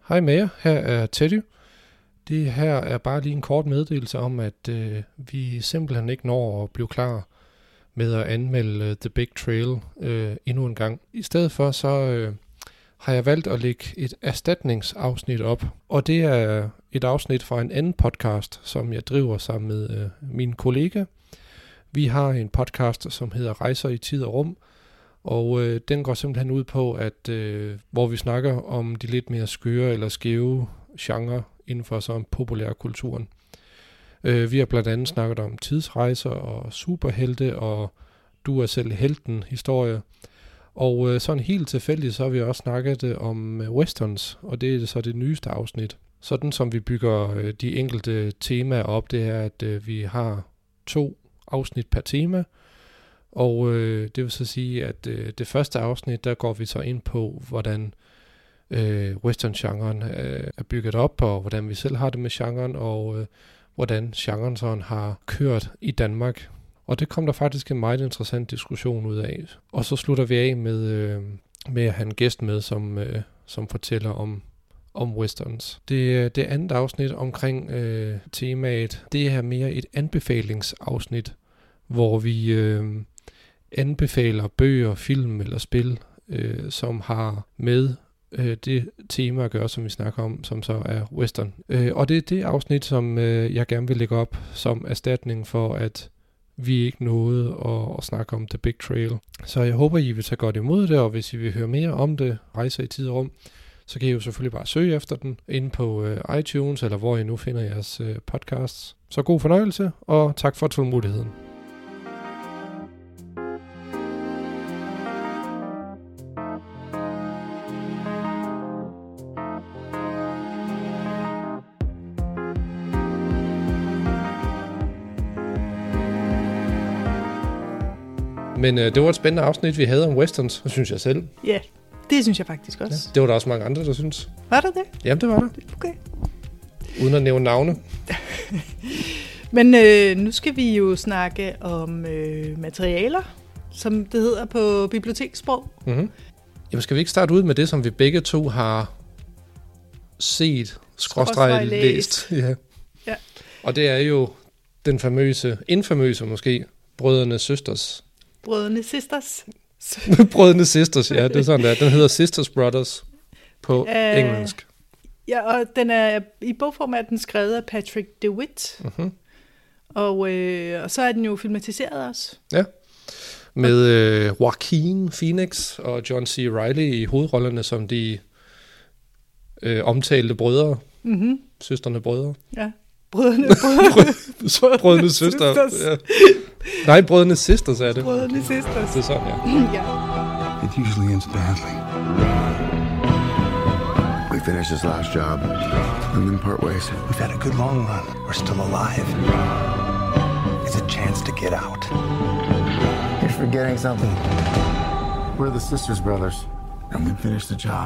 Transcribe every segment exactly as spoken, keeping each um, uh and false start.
Hej med jer, her er Teddy. Det her er bare lige en kort meddelelse om, at øh, vi simpelthen ikke når at blive klar med at anmelde uh, The Big Trail øh, endnu en gang. I stedet for så øh, har jeg valgt at lægge et erstatningsafsnit op, og det er et afsnit fra en anden podcast, som jeg driver sammen med øh, min kollega. Vi har en podcast, som hedder Rejser i tid og rum, og øh, den går simpelthen ud på, at øh, hvor vi snakker om de lidt mere skøre eller skæve genre inden for sådan populærkulturen. Øh, vi har blandt andet snakket om tidsrejser og superhelte og du er selv helten historie. Og øh, sådan helt tilfældigt, så har vi også snakket øh, om øh, westerns, og det er så det nyeste afsnit. Sådan som vi bygger øh, de enkelte temaer op, det er, at øh, vi har to afsnit per tema. Og øh, det vil så sige, at øh, det første afsnit, der går vi så ind på, hvordan øh, western-genren øh, er bygget op, og hvordan vi selv har det med genren, og øh, hvordan genren sådan har kørt i Danmark. Og det kom der faktisk en meget interessant diskussion ud af. Og så slutter vi af med, øh, med at have en gæst med, som, øh, som fortæller om, om westerns. Det, det andet afsnit omkring øh, temaet, det er mere et anbefalingsafsnit, hvor vi øh, anbefaler bøger, film eller spil, øh, som har med øh, det tema at gøre, som vi snakker om, som så er western. Øh, og det er det afsnit, som øh, jeg gerne vil lægge op som erstatning for, at vi ikke nåede at, at snakke om The Big Trail. Så jeg håber, I vil tage godt imod det, og hvis I vil høre mere om det, Rejser i tid og rum, så kan I jo selvfølgelig bare søge efter den inde på øh, iTunes, eller hvor I nu finder jeres øh, podcasts. Så god fornøjelse, og tak for tålmodigheden. Men øh, det var et spændende afsnit, vi havde om westerns, synes jeg selv. Ja, yeah, det synes jeg faktisk også. Ja, det var der også mange andre, der synes. Var der det? Jamen, det var der. Okay. Uden at nævne navne. Men øh, nu skal vi jo snakke om øh, materialer, som det hedder på bibliotekssprog. Mm-hmm. Jamen, skal vi ikke starte ud med det, som vi begge to har set, skråstreg læst? Ja. Ja. Og det er jo den famøse, infamøse måske, Brødrene Sisters. Brødrene Sisters. Brødrene Sisters, ja, det er sådan der. Den hedder Sisters Brothers på uh, engelsk. Ja, og den er i bogform er den skrevet af Patrick DeWitt. Mm-hmm. Og, øh, og så er den jo filmatiseret også. Ja, med øh, Joaquin Phoenix og John C. Reilly i hovedrollerne som de øh, omtalte brødre. Mm-hmm. Søstrene brødre. Ja. Brødrene, brødrene, brødrene søster. Ja. Nej, Brødrene Sisters er det. Brødrene Sisters. Det er sådan, ja. Ja. It usually ends badly. We finish this last job and then part ways. We've had a good long run. We're still alive. It's a chance to get out. You're forgetting something. We're the Sisters Brothers and we finish the job.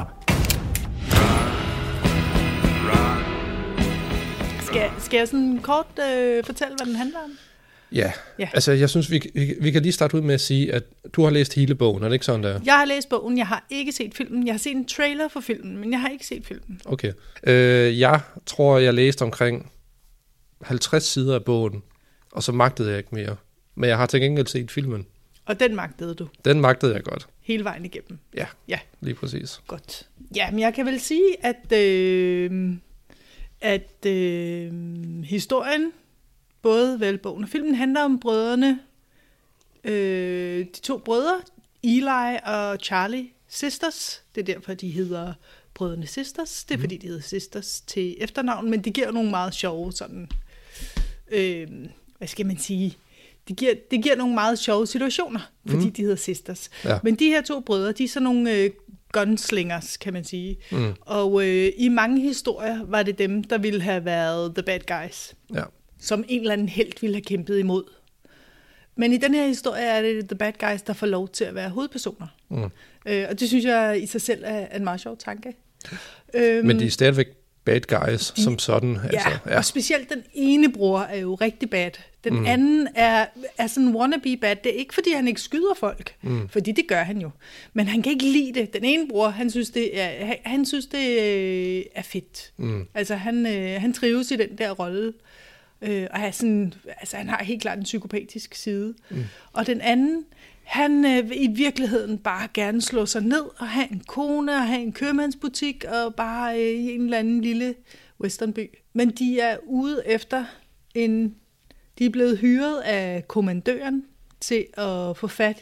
Skal, skal jeg sådan kort øh, fortælle, hvad den handler om? Ja, ja. Altså jeg synes, vi, vi, vi kan lige starte ud med at sige, at du har læst hele bogen, er det ikke sådan der? Jeg har læst bogen, jeg har ikke set filmen. Jeg har set en trailer for filmen, men jeg har ikke set filmen. Okay. Øh, jeg tror, jeg læste omkring halvtreds sider af bogen, og så magtede jeg ikke mere. Men jeg har til gengæld set filmen. Og den magtede du? Den magtede jeg godt. Hele vejen igennem? Ja, ja. Lige præcis. Godt. Ja, men jeg kan vel sige, at... Øh, at øh, historien, både vel bogen og filmen, handler om brødrene, øh, de to brødre, Eli og Charlie Sisters. Det er derfor, de hedder Brødrene Sisters. Det er mm. fordi, de hedder Sisters til efternavn, men det giver nogle meget sjove sådan, øh, hvad skal man sige, det giver, det giver nogle meget sjove situationer, fordi mm. de hedder Sisters. Ja. Men de her to brødre, de er sådan nogle... Øh, gunslingers, kan man sige. Mm. Og øh, i mange historier var det dem, der ville have været the bad guys. Ja. Som en eller anden helt ville have kæmpet imod. Men i den her historie er det the bad guys, der får lov til at være hovedpersoner. Mm. Øh, og det synes jeg i sig selv er en meget sjov tanke. Øhm, Men de er stadigvæk bad guys de, som sådan. Ja, altså, ja, og specielt den ene bror er jo rigtig bad. Den mm. anden er, er sådan wannabe bad. Det er ikke, fordi han ikke skyder folk, mm. fordi det gør han jo. Men han kan ikke lide det. Den ene bror, han synes, det er, han, han synes, det er fedt. Mm. Altså, han, øh, han trives i den der rolle. Øh, og er sådan, altså, han har helt klart en psykopatisk side. Mm. Og den anden, han øh, vil i virkeligheden bare gerne slå sig ned og have en kone og have en købmandsbutik og bare øh, i en eller anden lille westernby. Men de er ude efter en... De er blevet hyret af kommandøren til at få fat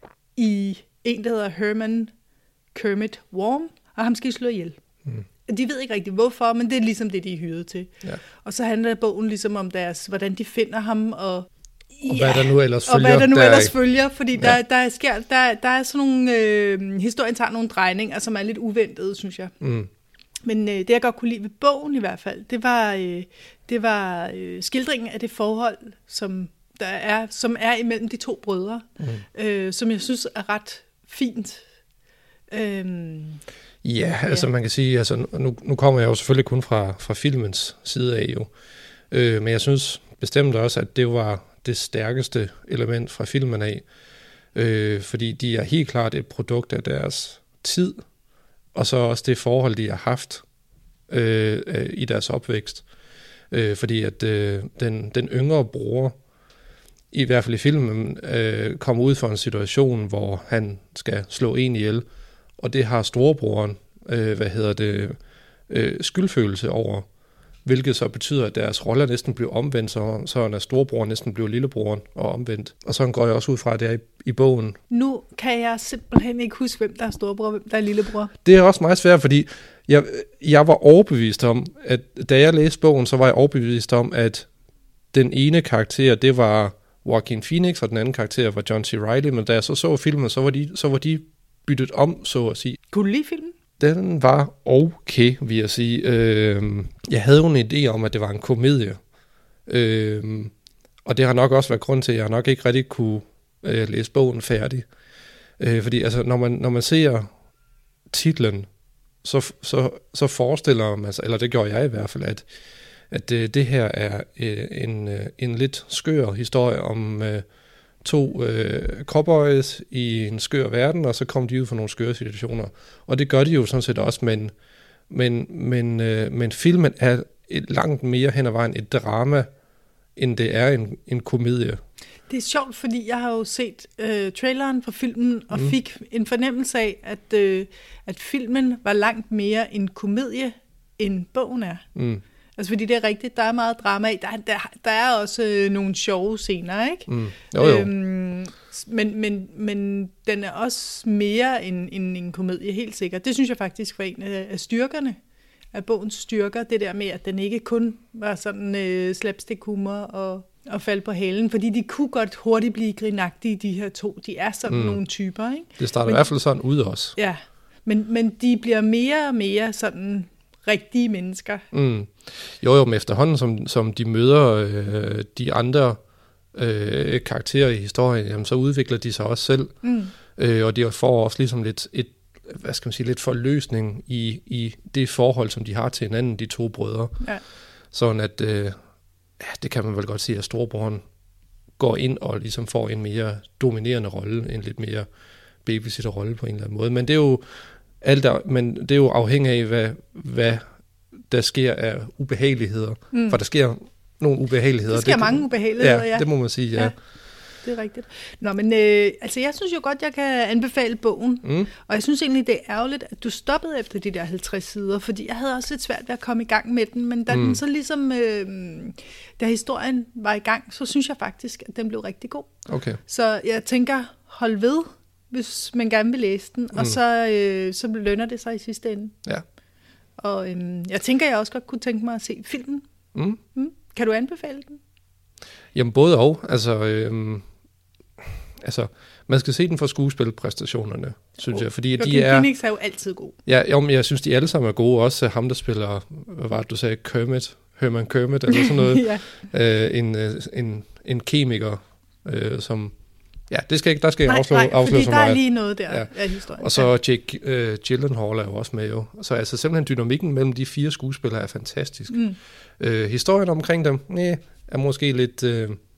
i en, der hedder Herman Kermit Worm, og ham skal I slå ihjel. Mm. De ved ikke rigtig hvorfor, men det er ligesom det, de er hyret til. Ja. Og så handler bogen ligesom om deres, hvordan de finder ham, og, og hvad der nu ellers følger. Og hvad der nu der ellers er... følger, fordi ja. der, der, sker, der, der er sådan nogle, øh, historien tager nogle drejninger, som er lidt uventede, synes jeg. Mm. Men øh, det, jeg godt kunne lide ved bogen i hvert fald, det var, øh, det var øh, skildringen af det forhold, som der er, som er imellem de to brødre, mm. øh, som jeg synes er ret fint. Øhm, ja, altså ja. man kan sige, altså nu, nu kommer jeg jo selvfølgelig kun fra, fra filmens side af jo, øh, men jeg synes bestemt også, at det var det stærkeste element fra filmen af, øh, fordi de er helt klart et produkt af deres tid, og så også det forhold, de har haft øh, øh, i deres opvækst. Øh, fordi at øh, den, den yngre bror, i hvert fald i filmen, øh, kommer ud for en situation, hvor han skal slå en ihjel, og det har storebroren, øh, hvad hedder det, øh, skyldfølelse over, hvilket så betyder, at deres roller næsten bliver omvendt, så, så er storebror næsten bliver lillebroren og omvendt. Og så går jeg også ud fra, at det er i, i bogen. Nu kan jeg simpelthen ikke huske, hvem der er storebror og hvem der er lillebror. Det er også meget svært, fordi jeg, jeg var overbevist om, at da jeg læste bogen, så var jeg overbevist om, at den ene karakter, det var Joaquin Phoenix, og den anden karakter var John C. Reilly, men da jeg så så filmen, så var de, så var de byttet om, så at sige. Kunne du lide filmen? Den var okay, vil jeg sige. Øh, jeg havde jo en idé om, at det var en komedie. Øh, og det har nok også været grund til, at jeg nok ikke rigtig kunne øh, læse bogen færdig. Øh, fordi altså, når man, når man ser titlen, så, så, så forestiller man sig, eller det gjorde jeg i hvert fald, at, at det, det her er øh, en, øh, en lidt skør historie om... Øh, to øh, cowboys i en skør verden, og så kom de ud for nogle skøre situationer. Og det gør de jo sådan set også, men, men, men, øh, men filmen er et langt mere hen ad vejen et drama, end det er en, en komedie. Det er sjovt, fordi jeg har jo set øh, traileren for filmen, og mm. fik en fornemmelse af, at, øh, at filmen var langt mere en komedie, end bogen er. Mm. Altså fordi det er rigtigt, der er meget drama i. Der, der, der er også øh, nogle sjove scener, ikke? Mm. Jo, jo. Øhm, men, men, men den er også mere end, end en komedie, helt sikkert. Det synes jeg faktisk var en af, af styrkerne, af bogens styrker. Det der med, at den ikke kun var sådan øh, slapstick-humor og, og falde på halen. Fordi de kunne godt hurtigt blive grinagtige, de her to. De er sådan mm. nogle typer, ikke? Det starter men, i hvert fald sådan ud også. Ja, men, men de bliver mere og mere sådan... rigtige mennesker. Mm. Jo, jo, men efterhånden, som, som de møder øh, de andre øh, karakterer i historien, jamen, så udvikler de sig også selv. Mm. Øh, og de får også ligesom lidt, et, hvad skal man sige, lidt forløsning i, i det forhold, som de har til hinanden, de to brødre. Ja. Sådan at, øh, ja, det kan man vel godt sige, at storebroren går ind og ligesom får en mere dominerende rolle, en lidt mere babysitter-rolle på en eller anden måde. Men det er jo alt der, men det er jo afhængigt af, hvad, hvad der sker af ubehageligheder. Mm. For der sker nogle ubehageligheder. Der sker det, mange ubehageligheder, ja. Ja, det må man sige, ja. ja. Det er rigtigt. Nå, men øh, altså, jeg synes jo godt, jeg kan anbefale bogen. Mm. Og jeg synes egentlig, det er ærgerligt, at du stoppede efter de der halvtreds sider, fordi jeg havde også lidt svært ved at komme i gang med den. Men da mm. den så ligesom, øh, da historien var i gang, så synes jeg faktisk, at den blev rigtig god. Okay. Så jeg tænker, hold ved, hvis man gerne vil læse den, mm. og så, øh, så lønner det sig i sidste ende. Ja. Og øh, jeg tænker, jeg også godt kunne tænke mig at se filmen. Mm. Mm. Kan du anbefale den? Jamen både og. Altså, øh, altså man skal se den for skuespilpræstationerne, synes oh. jeg. Fordi Joaquin de er... Phoenix er jo altid god. Ja, jo, men jeg synes, de alle sammen er gode. Også ham, der spiller, hvad var det, du sagde, Kermit, Herman Kermit, eller sådan noget. ja. øh, en, en, en kemiker, øh, som... Ja, det skal ikke, der skal jeg afsløre, nej, afsløre så meget. Nej, der er lige noget der ja. af historien. Og så Jake øh, Gyllenhaal er jo også med jo. Så altså simpelthen dynamikken mellem de fire skuespillere er fantastisk. Mm. Øh, historien omkring dem, nej, er måske lidt, øh,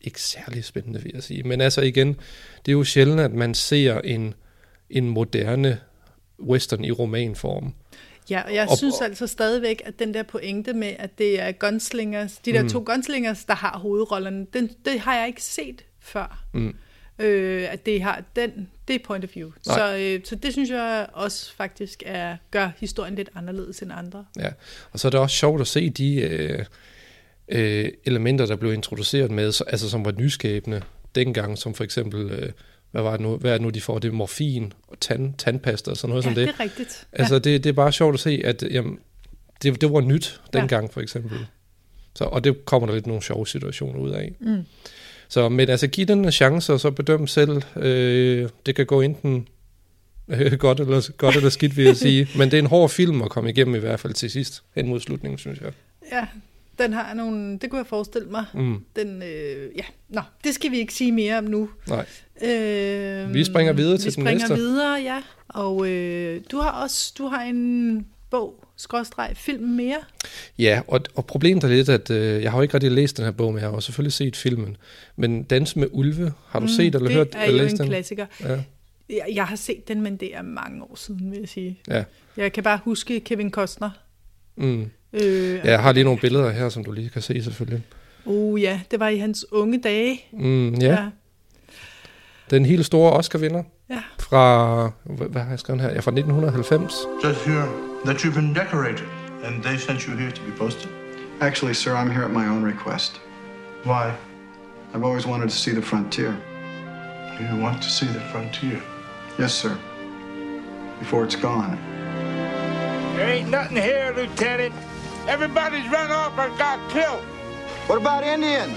ikke særlig spændende, vil jeg sige. Men altså igen, det er jo sjældent, at man ser en, en moderne western i romanform. Ja, og jeg og, synes altså stadigvæk, at den der pointe med, at det er gunslingers, de der mm. to gunslingers, der har hovedrollerne, den, det har jeg ikke set før. Mm. Øh, at det har den, det er point of view. Så, øh, så det synes jeg også faktisk er, gør historien lidt anderledes end andre. Ja, og så er det også sjovt at se de øh, øh, elementer, der blev introduceret med, så, altså som var nyskabende dengang, som for eksempel, øh, hvad var det nu, hvad er det nu, de får, det er morfin og tand, tandpasta og sådan noget ja, som det. Ja, det er rigtigt. Altså ja. det, det er bare sjovt at se, at jamen, det, det var nyt dengang ja. for eksempel. Så, og det kommer der lidt nogle sjove situationer ud af. Mm. Så, men altså, giv den en chance, og så bedøm selv. Øh, det kan gå enten øh, godt, eller, godt eller skidt, vil jeg sige. Men det er en hård film at komme igennem, i hvert fald til sidst, hen mod slutningen, synes jeg. Ja, den har nogle, det kunne jeg forestille mig. Mm. Den, øh, ja, nå, det skal vi ikke sige mere om nu. Nej. Øh, vi springer videre til den næste. Vi springer videre, ja. Og øh, du har også, du har en bog, skråstreg, film mere. Ja, og, og problemet er lidt, at øh, jeg har jo ikke rigtig læst den her bog, men jeg har jo selvfølgelig set filmen. Men Danse med ulve, har du mm, set eller hørt? Det er jo en den? klassiker. Ja. Jeg, jeg har set den, men det er mange år siden, vil jeg sige. Ja. Jeg kan bare huske Kevin Costner. Mm. Øh, ja, jeg har lige nogle billeder her, som du lige kan se selvfølgelig. Uh ja, det var i hans unge dage. Mm, ja. ja. Den helt store Oscar-vinder. Ja. Fra, hvad har jeg skrevet her? Ja, fra nitten halvfems. Just hear that you've been decorated, and they sent you here to be posted. Actually, sir, I'm here at my own request. Why? I've always wanted to see the frontier. You want to see the frontier? Yes, sir. Before it's gone. There ain't nothing here, Lieutenant. Everybody's run off or got killed. What about Indians?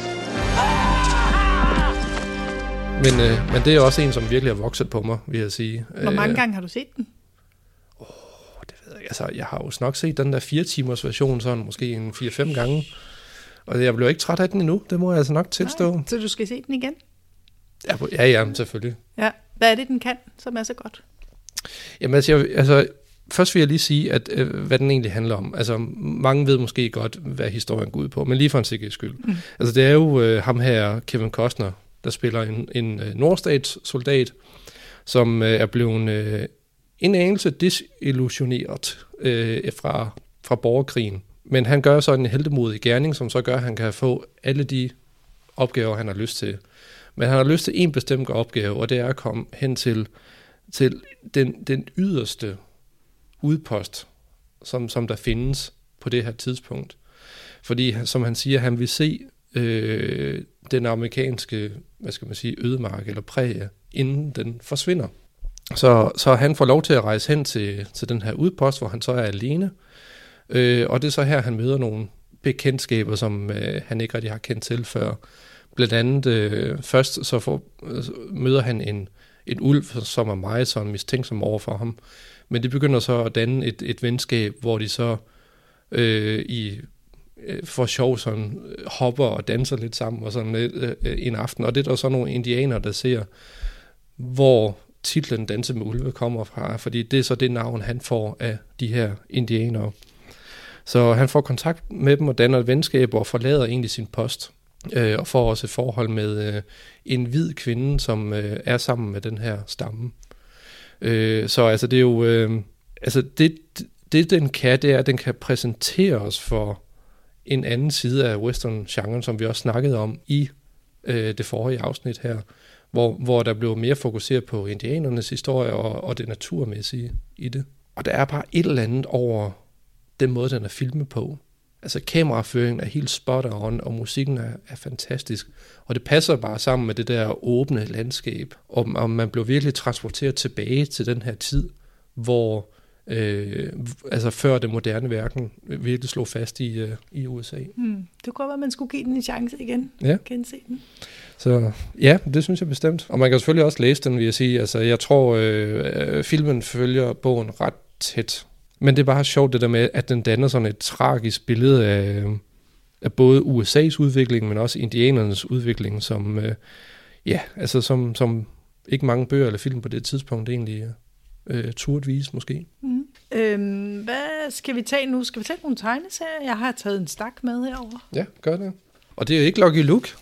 Men, øh, men det er også en, som virkelig har vokset på mig, vil jeg sige. Hvor mange øh, gange har du set den? Åh, oh, det ved jeg ikke. Altså, jeg har jo nok set den der fire timers version, sådan måske en fire-fem gange. Og jeg blev ikke træt af den endnu, det må jeg altså nok tilstå. Nej, så du skal se den igen? Ja, ja, ja, selvfølgelig. Ja. Hvad er det, den kan, som er så godt? Jamen altså, jeg, altså først vil jeg lige sige, at øh, hvad den egentlig handler om. Altså, mange ved måske godt, hvad historien går ud på, men lige for en sikkerheds skyld. Mm. Altså, det er jo øh, ham her, Kevin Costner, der spiller en, en øh, nordstatssoldat, som øh, er blevet øh, en anelse disillusioneret øh, fra, fra borgerkrigen. Men han gør så en heltemodig gerning, som så gør, at han kan få alle de opgaver, han har lyst til. Men han har lyst til en bestemt opgave, og det er at komme hen til, til den, den yderste udpost, som, som der findes på det her tidspunkt. Fordi, som han siger, han vil se øh, den amerikanske, hvad skal man sige, ødemark eller præge, inden den forsvinder. Så, så han får lov til at rejse hen til, til den her udpost, hvor han så er alene. Øh, og det er så her, han møder nogle bekendtskaber, som øh, han ikke rigtig har kendt til før. Blandt andet øh, først så får, øh, møder han en, en ulv, som er meget sådan mistænksom over for ham. Men det begynder så at danne et, et venskab, hvor de så øh, i øh, for sjov sådan hopper og danser lidt sammen og sådan øh, øh, en aften. Og det er der så nogle indianere, der ser, hvor titlen Danse med ulve kommer fra, fordi det er så det navn, han får af de her indianere. Så han får kontakt med dem og danner et venskab og forlader egentlig sin post. Øh, og får også et forhold med øh, en hvid kvinde, som øh, er sammen med den her stamme. Øh, så altså det er jo, øh, altså det, det den kan, det er, at den kan præsentere os for en anden side af western-genren, som vi også snakkede om i øh, det forrige afsnit her, hvor, hvor der blev mere fokuseret på indianernes historie og, og det naturmæssige i det. Og der er bare et eller andet over den måde, den er filmet på. Altså kameraføringen er helt spot on, og musikken er, er fantastisk. Og det passer bare sammen med det der åbne landskab. Og, og man blev virkelig transporteret tilbage til den her tid, hvor øh, altså før det moderne verden virkelig slog fast i, øh, i U S A. Hmm. Det kunne godt være, at man skulle give den en chance igen. Ja. Gense den. Så ja, det synes jeg bestemt. Og man kan selvfølgelig også læse den, vil jeg sige. Altså jeg tror, øh, filmen følger bogen ret tæt. Men det er bare sjovt det der med, at den danner sådan et tragisk billede af, af både U S A's udvikling, men også indianernes udvikling, som, øh, ja, altså som, som ikke mange bøger eller film på det tidspunkt egentlig øh, turde vise måske. Mm. Øhm, hvad skal vi tage nu? Skal vi tage nogle tegneserier? Jeg har taget en stak med herover. Ja, gør det. Og det er jo ikke Lucky Luke.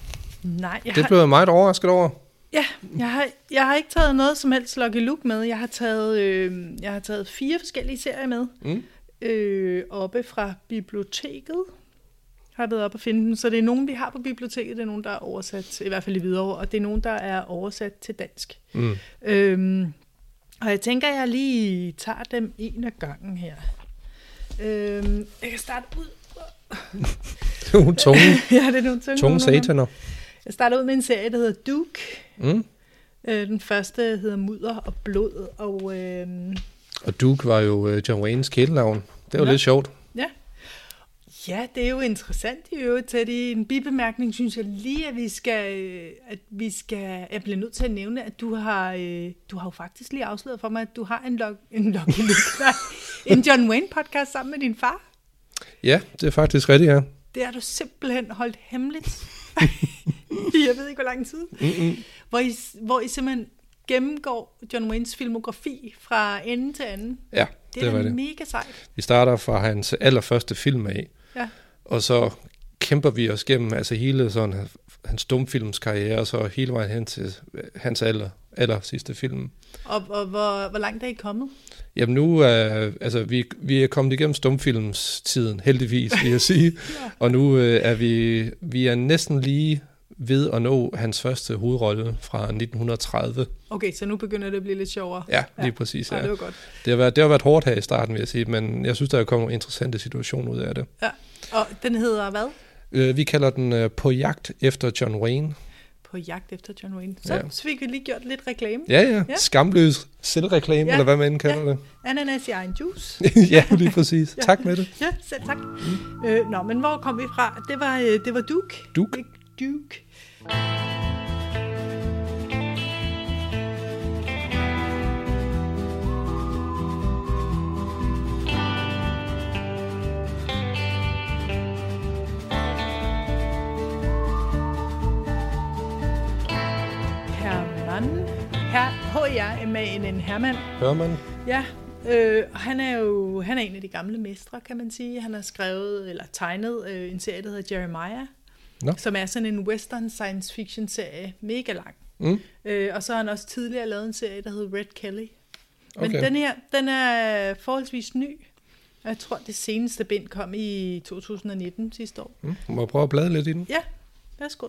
Nej, jeg Det har, blev jeg meget overrasket over. ja, jeg har, jeg har ikke taget noget som helst Lucky Luke med. Jeg har taget, øh, jeg har taget fire forskellige serier med. Mm. Øh, oppe fra biblioteket. Har jeg været op og finde dem. Så det er nogen, vi har på biblioteket. Det er nogen, der er oversat, i hvert fald i Hvidovre. Og det er nogen, der er oversat til dansk. Mm. Øhm, og jeg tænker, at jeg lige tager dem en af gangen her. Øhm, jeg kan starte ud. Det er nogle tunge, ja, det er nogle tunge, tunge sataner. Jeg starter ud med en serie, der hedder Duke. Mm. Øh, den første hedder Mudder og Blod. Og, øh, Og Duke var jo uh, John Waynes kælenavn. Det var Nå. lidt sjovt. ja. ja, det er jo interessant i øvrigt. Til det. En bibemærkning synes jeg lige, at vi skal, øh, at vi skal... Jeg bliver nødt til at nævne, at du har, øh, du har jo faktisk lige afsløret for mig, at du har en, log, en, Lucky Luke, nej, en John Wayne podcast sammen med din far. Ja, det er faktisk rigtigt, ja. Det har du simpelthen holdt hemmeligt. Jeg ved ikke, hvor lang tid. Mm-mm. Hvor I, hvor I simpelthen gennemgår John Waynes filmografi fra ende til anden. Ja, Det, det, er var da det. mega sejt. Vi starter fra hans allerførste film af, Ja. og så kæmper vi os gennem altså hele sådan hans stumfilmskarriere, og så hele vejen hen til hans aller, aller sidste film. Og, og hvor, hvor langt er I kommet? Jamen nu er, altså vi, vi er kommet igennem stumfilmstiden, heldigvis vil jeg sige, Ja. og nu øh, er vi, vi er næsten lige ved at nå hans første hovedrolle fra nitten tredive. Okay, så nu begynder det at blive lidt sjovere. Ja, lige præcis. Ja, Ja. det var godt. Det har været, det har været hårdt her i starten, vil jeg sige, men jeg synes, der er kommet nogle interessante situationer ud af det. Ja. Og den hedder hvad? Øh, vi kalder den øh, På jagt efter John Wayne. På jagt efter John Wayne. Så, Ja. så fik vi lige gjort lidt reklame. Ja, ja. Ja. ja. Skamløs selvreklame, Ja. eller hvad man end kalder Ja. det. Ananas i egen juice. Ja, lige præcis. Ja. Tak med det. Ja, selv tak. Mm. Øh, nå, men hvor kom vi fra? Det var, øh, det var Duke. Duke. Ikke? Duke. Herman. Her, H R M A N N Herman. Hører man? Ja, øh, og han er jo han er en af de gamle mestre, kan man sige. Han har skrevet eller tegnet øh, en serie, der hedder Jeremiah, Nå. som er sådan en western science fiction serie, mega lang. Mm. Øh, og så har han også tidligere lavet en serie, der hedder Red Kelly. Men Okay. den her, den er forholdsvis ny. Jeg tror, det seneste bind kom i to tusind nitten sidste år. Mm. Må jeg prøve at blade lidt i den? Ja, værsgo.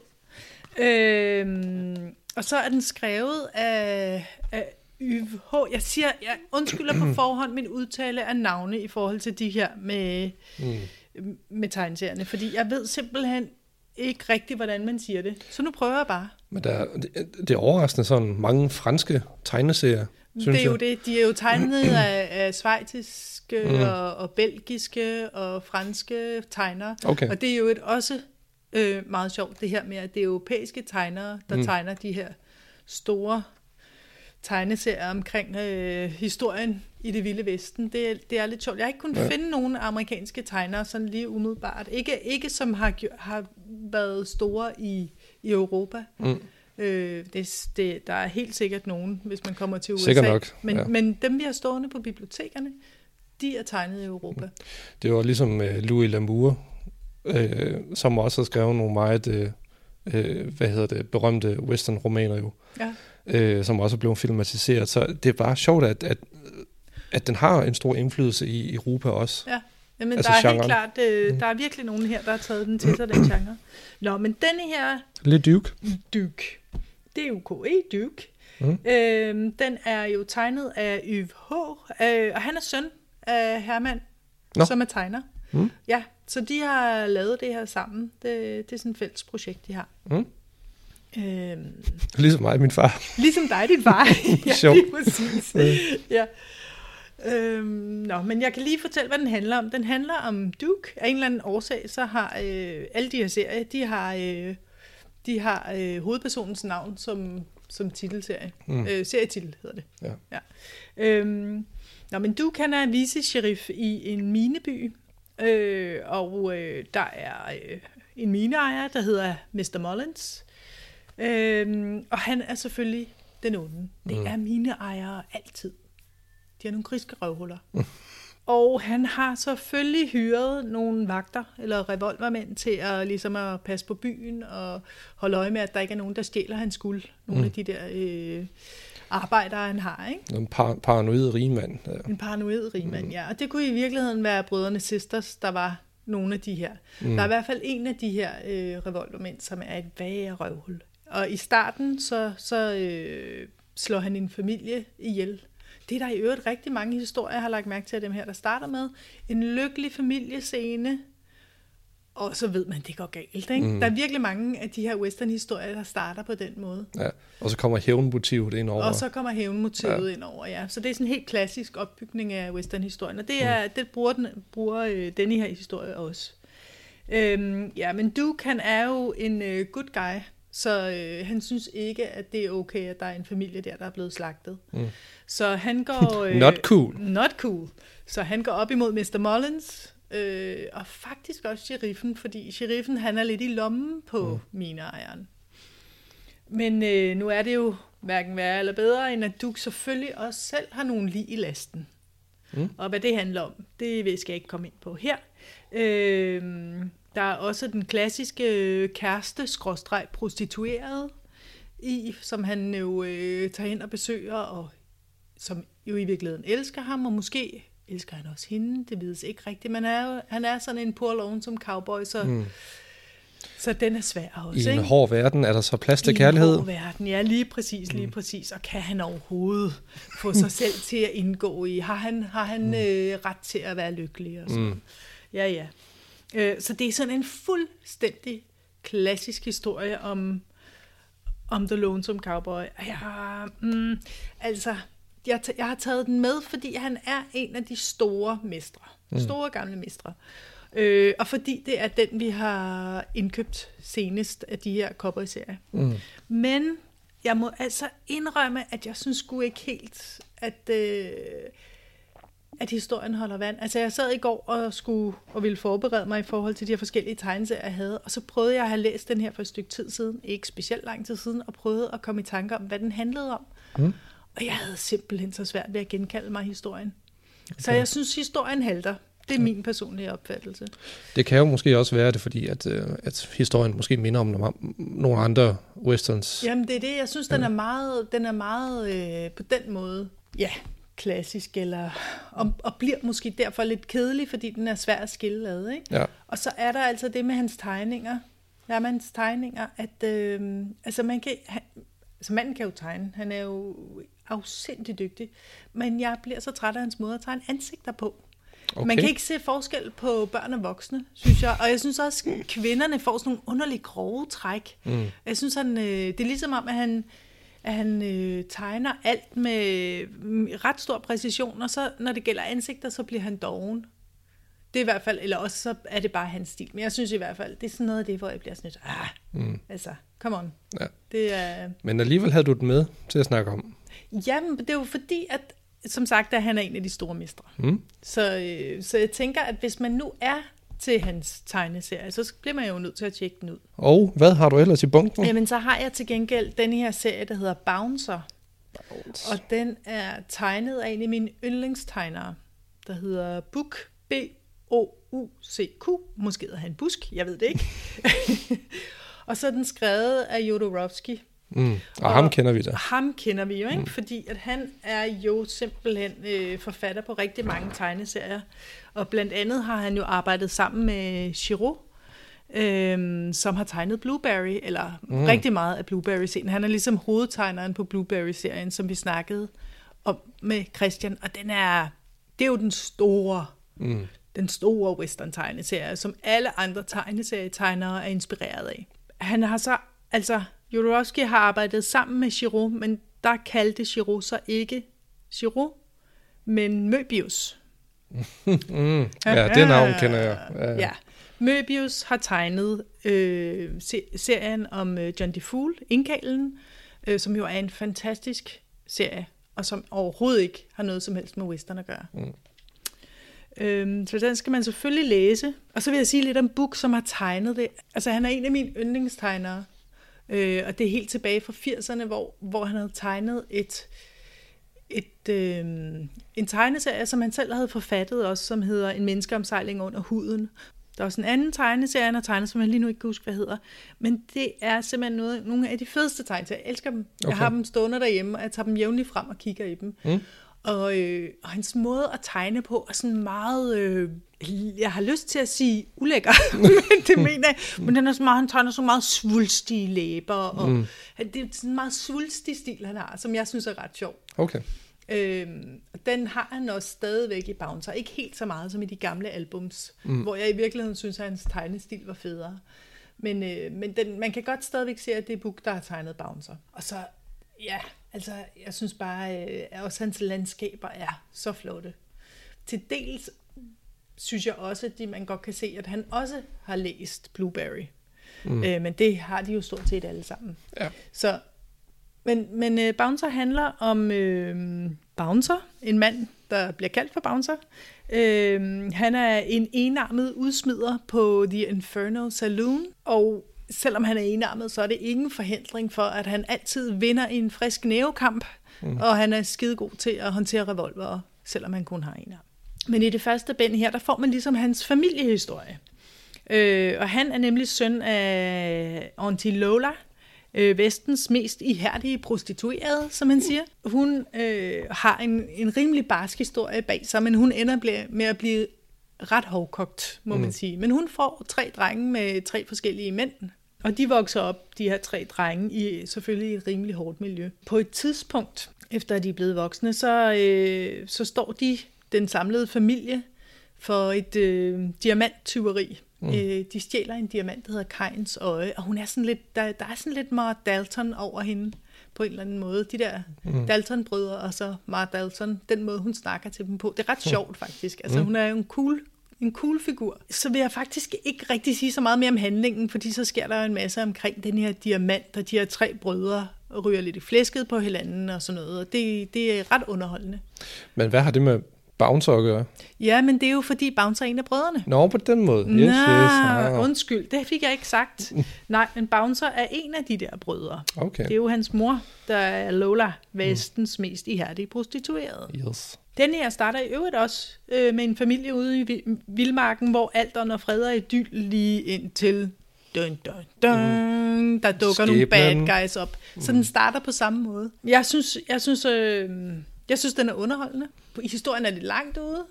Øhm, og så er den skrevet af, af Yves H. Jeg siger, jeg undskylder på forhånd min udtale af navne i forhold til de her med, mm. med tegneserierne, fordi jeg ved simpelthen ikke rigtigt, hvordan man siger det. Så nu prøver jeg bare. Men der, er- det, det er overraskende sådan mange franske tegneserier, synes Det er jeg. jo det. De er jo tegnet af, af schweiziske Mm. og, og belgiske og franske tegnere. Okay. Og det er jo et også øh, meget sjovt, det her med, at det er europæiske tegnere, der mm. tegner de her store tegneserier omkring øh, historien i det vilde vesten. Det, er- det er lidt sjovt. Jeg har ikke kunnet ja. finde nogen amerikanske tegnere sådan lige umiddelbart. Ikke, ikke som har, gjo- har været store i, i Europa. Mm. Øh, det, det, der er helt sikkert nogen, hvis man kommer til U S A. Sikkert nok, Men, ja. men dem, vi har stående på bibliotekerne, de er tegnet i Europa. Det var ligesom uh, Louis L'Amour, øh, som også har skrevet nogle meget øh, øh, hvad hedder det, berømte western-romaner jo, Ja. øh, som også er blevet filmatiseret. Så det er bare sjovt, at, at, at den har en stor indflydelse i Europa også. Ja, Jamen, Altså der er genren. helt klart, øh, der er virkelig nogen her, der har taget den til sig, den genre. Nå, men denne her Lidt Duke. Duke, D U K E, Duke, Mm. øh, den er jo tegnet af Yves H., øh, og han er søn af Herman, Nå. som er tegner. Mm. Ja, så de har lavet det her sammen. Det, det er sådan et fælles projekt, de har. Mm. Øhm, Ligesom mig og min far. Ligesom dig, din far. Ja, Sjovt. lige præcis. Ja. Øhm, nå, men jeg kan lige fortælle, hvad den handler om. Den handler om Duke. Af en eller anden årsag, så har øh, alle de her serier, de har, øh, de har øh, hovedpersonens navn som, som titelserie. Mm. Øh, serietitel hedder det. Ja. Ja. Øhm, nå, men Duke, han er vice-sheriff i en mineby. Øh, og øh, der er øh, en mineejer, der hedder mister Mullins. Øhm, og han er selvfølgelig den onde. Det Mm. er mineejere altid. De har nogle griske røvhuller. Og han har selvfølgelig hyret nogle vagter eller revolvermænd til at, ligesom at passe på byen og holde øje med, at der ikke er nogen, der stjæler hans guld. Nogle mm. af de der øh, arbejdere, han har. Ikke? En par, paranoid rigmand. Ja. En paranoid rigmand, mm. ja. Og det kunne i virkeligheden være brødrene Sisters, der var nogle af de her. Mm. Der er i hvert fald en af de her øh, revolvermænd, som er et værre røvhul. Og i starten, så, så øh, slår han en familie ihjel. Det er der i øvrigt rigtig mange historier, jeg har lagt mærke til af dem her, der starter med en lykkelig familiescene, og så ved man, det går galt. Ikke? Mm. Der er virkelig mange af de her western-historier, der starter på den måde. Ja, og så kommer hævnmotivet ind over. Og så kommer hævnmotivet ja. ind over, ja. Så det er sådan en helt klassisk opbygning af western-historien, og det, er, mm. det bruger, den, bruger øh, denne her historie også. Øhm, ja, men Duke, han er jo en øh, good guy, så øh, han synes ikke, at det er okay, at der er en familie der, der er blevet slagtet. Mm. Så han går... Øh, not cool. Not cool. Så han går op imod mister Mullins, øh, og faktisk også sheriffen, fordi sheriffen, han er lidt i lommen på mm. mineejeren. Men øh, nu er det jo hverken værre eller bedre, end at Duke selvfølgelig også selv har nogle lig i lasten. Mm. Og hvad det handler om, det skal jeg ikke komme ind på her. Øh, Der er også den klassiske kæreste-prostituerede, i, som han jo øh, tager hen og besøger, og som jo i virkeligheden elsker ham, og måske elsker han også hende, det vides ikke rigtigt, men han er, han er sådan en poor lonesome cowboy, så, mm. så den er svær også. I en ikke? hård verden er der så plads til kærlighed? I en hård verden, ja, lige præcis, lige mm. præcis. Og kan han overhovedet få sig selv til at indgå i? Har han, har han mm. øh, ret til at være lykkelig? Og sådan? Mm. Ja, ja. Så det er sådan en fuldstændig klassisk historie om, om The Lonesome Cowboy. Ja, mm, altså, jeg, t- jeg har taget den med, fordi han er en af de store mestre. Mm. Store gamle mestre. Øh, og fordi det er den, vi har indkøbt senest af de her cowboy-serier. Mm. Men jeg må altså indrømme, at jeg synes sgu ikke helt, at... Øh, at historien holder vand. Altså jeg sad i går og skulle og ville forberede mig i forhold til de her forskellige tegneserier, jeg havde, og så prøvede jeg at have læst den her for et stykke tid siden, ikke specielt lang tid siden, og prøvede at komme i tanke om, hvad den handlede om. Mm. Og jeg havde simpelthen så svært ved at genkalde mig historien. Okay. Så jeg synes, historien halter. Det er min personlige opfattelse. Det kan jo måske også være det, fordi at, at historien måske minder om nogle andre westerns. Jamen det er det, jeg synes, den er meget, den er meget øh, på den måde, ja, klassisk, eller, og, og bliver måske derfor lidt kedelig, fordi den er svær at skille ad, ikke? Ja. Og så er der altså det med hans tegninger. Der er med hans tegninger, at øh, altså man kan, han, altså manden kan jo tegne, han er jo afsindig dygtig, men jeg bliver så træt af hans måde at tegne ansigter på. Okay. Man kan ikke se forskel på børn og voksne, synes jeg. Og jeg synes også, at kvinderne får sådan nogle underlige grove træk. Mm. Jeg synes, han, øh, det er ligesom om, at han at han øh, tegner alt med ret stor præcision, og så når det gælder ansigter, så bliver han doven. Det er i hvert fald, eller også så er det bare hans stil. Men jeg synes i hvert fald, det er sådan noget af det, hvor jeg bliver sådan lidt, ah, mm. altså, come on. Ja. Det er... Men alligevel havde du det med til at snakke om. Jamen, det er jo fordi, at som sagt, at han er en af de store mestre. Mm. Så, øh, så jeg tænker, at hvis man nu er til hans tegneserie, så bliver man jo nødt til at tjekke den ud. Og hvad har du ellers i bunken? Jamen, så har jeg til gengæld den her serie, der hedder Bouncer. Bounce. Og den er tegnet af en af mine yndlingstegnere, der hedder Buck, B O U C Q. Måske hedder han Busk, jeg ved det ikke. Og så er den skrevet af Jodorowsky. Mm. Og, og ham kender vi da. Ham kender vi jo, ikke? Mm. Fordi at han er jo simpelthen øh, forfatter på rigtig mange tegneserier. Og blandt andet har han jo arbejdet sammen med Giraud, øh, som har tegnet Blueberry, eller mm. rigtig meget af Blueberry-serien. Han er ligesom hovedtegneren på Blueberry-serien, som vi snakkede om med Christian. Og den er, det er jo den store, mm. den store western-tegneserie, som alle andre tegneserietegnere er inspireret af. Han har så, altså... Jodorowsky har arbejdet sammen med Giraud, men der kaldte Giraud så ikke Giraud, men Möbius. mm, ja, det navn kender jeg. Ja. ja. Möbius har tegnet øh, serien om øh, John DeFool, Inkalen, øh, som jo er en fantastisk serie, og som overhovedet ikke har noget som helst med western at gøre. Mm. Øhm, så den skal man selvfølgelig læse. Og så vil jeg sige lidt om Buck, som har tegnet det. Altså han er en af mine yndlingstegnere. Øh, og det er helt tilbage fra firserne, hvor, hvor han havde tegnet et, et, øh, en tegneserie, som han selv havde forfattet også, som hedder En menneskeomsejling under huden. Der er også en anden tegneserie, han har tegnet, som jeg lige nu ikke kan huske, hvad hedder. Men det er simpelthen noget, nogle af de fedeste tegneserier. Jeg elsker dem. Okay. Jeg har dem stående derhjemme, og jeg tager dem jævnligt frem og kigger i dem. Mm. Og, øh, og hans måde at tegne på er sådan meget, øh, jeg har lyst til at sige ulækker, men det mener jeg. Men den er så meget, han tegner så meget svulstige læber, og mm. det er sådan en meget svulstig stil, han har, som jeg synes er ret sjov. Okay. Øhm, den har han også stadigvæk i Bouncer. Ikke helt så meget som i de gamle albums, mm. hvor jeg i virkeligheden synes, at hans tegnestil var federe. Men, øh, men den, man kan godt stadigvæk se, at det er Book, der har tegnet Bouncer. Og så, ja, altså, jeg synes bare, øh, at også hans landskaber er så flotte. Til dels synes jeg også, at de, man godt kan se, at han også har læst Blueberry. Mm. Øh, men det har de jo stort set alle sammen. Ja. Så Men, men uh, Bouncer handler om uh, Bouncer, en mand, der bliver kaldt for Bouncer. Uh, han er en enarmet udsmider på The Inferno Saloon, og selvom han er enarmet, så er det ingen forhindring for, at han altid vinder i en frisk nævekamp, mm. og han er skidegod til at håndtere revolver, selvom han kun har en arm. Men i det første bind her, der får man ligesom hans familiehistorie. Uh, og han er nemlig søn af Auntie Lola, Øh, vestens mest ihærdige prostituerede, som han siger. Hun øh, har en, en rimelig barsk historie bag sig, men hun ender med at blive ret hårdkogt, må mm. man sige. Men hun får tre drenge med tre forskellige mænd, og de vokser op, de her tre drenge, i selvfølgelig et rimelig hårdt miljø. På et tidspunkt, efter at de er blevet voksne, så, øh, så står de, den samlede familie, for et øh, diamanttyveri. Mm. Øh, de stjæler en diamant, der hedder Kains øje, og hun er sådan lidt, der, der er sådan lidt Mara Dalton over hende, på en eller anden måde. De der mm. Dalton-brødre, og så Mara Dalton, den måde, hun snakker til dem på. Det er ret sjovt, faktisk. Altså, mm. hun er jo en cool, en cool figur. Så vil jeg faktisk ikke rigtig sige så meget mere om handlingen, fordi så sker der jo en masse omkring den her diamant, og de her tre brødre ryger lidt i flæsket på hinanden og sådan noget, og det, det er ret underholdende. Men hvad har det med Bouncer at gøre? Ja, men det er jo fordi Bouncer er en af brødrene. Nå, på den måde. Yes, Nå, yes, ah. undskyld, det fik jeg ikke sagt. Nej, men Bouncer er en af de der brødre. Okay. Det er jo hans mor, der er Lola, vestens mm. mest ihærdige prostituerede. Yes. Den her starter i øvrigt også øh, med en familie ude i vildmarken, hvor alt og fred og idyll lige indtil dun, dun, dun, mm. der dukker Skæbnen. Nogle bad guys op. Så mm. den starter på samme måde. Jeg synes, jeg synes, øh, jeg synes den er underholdende. I historien er det langt ude,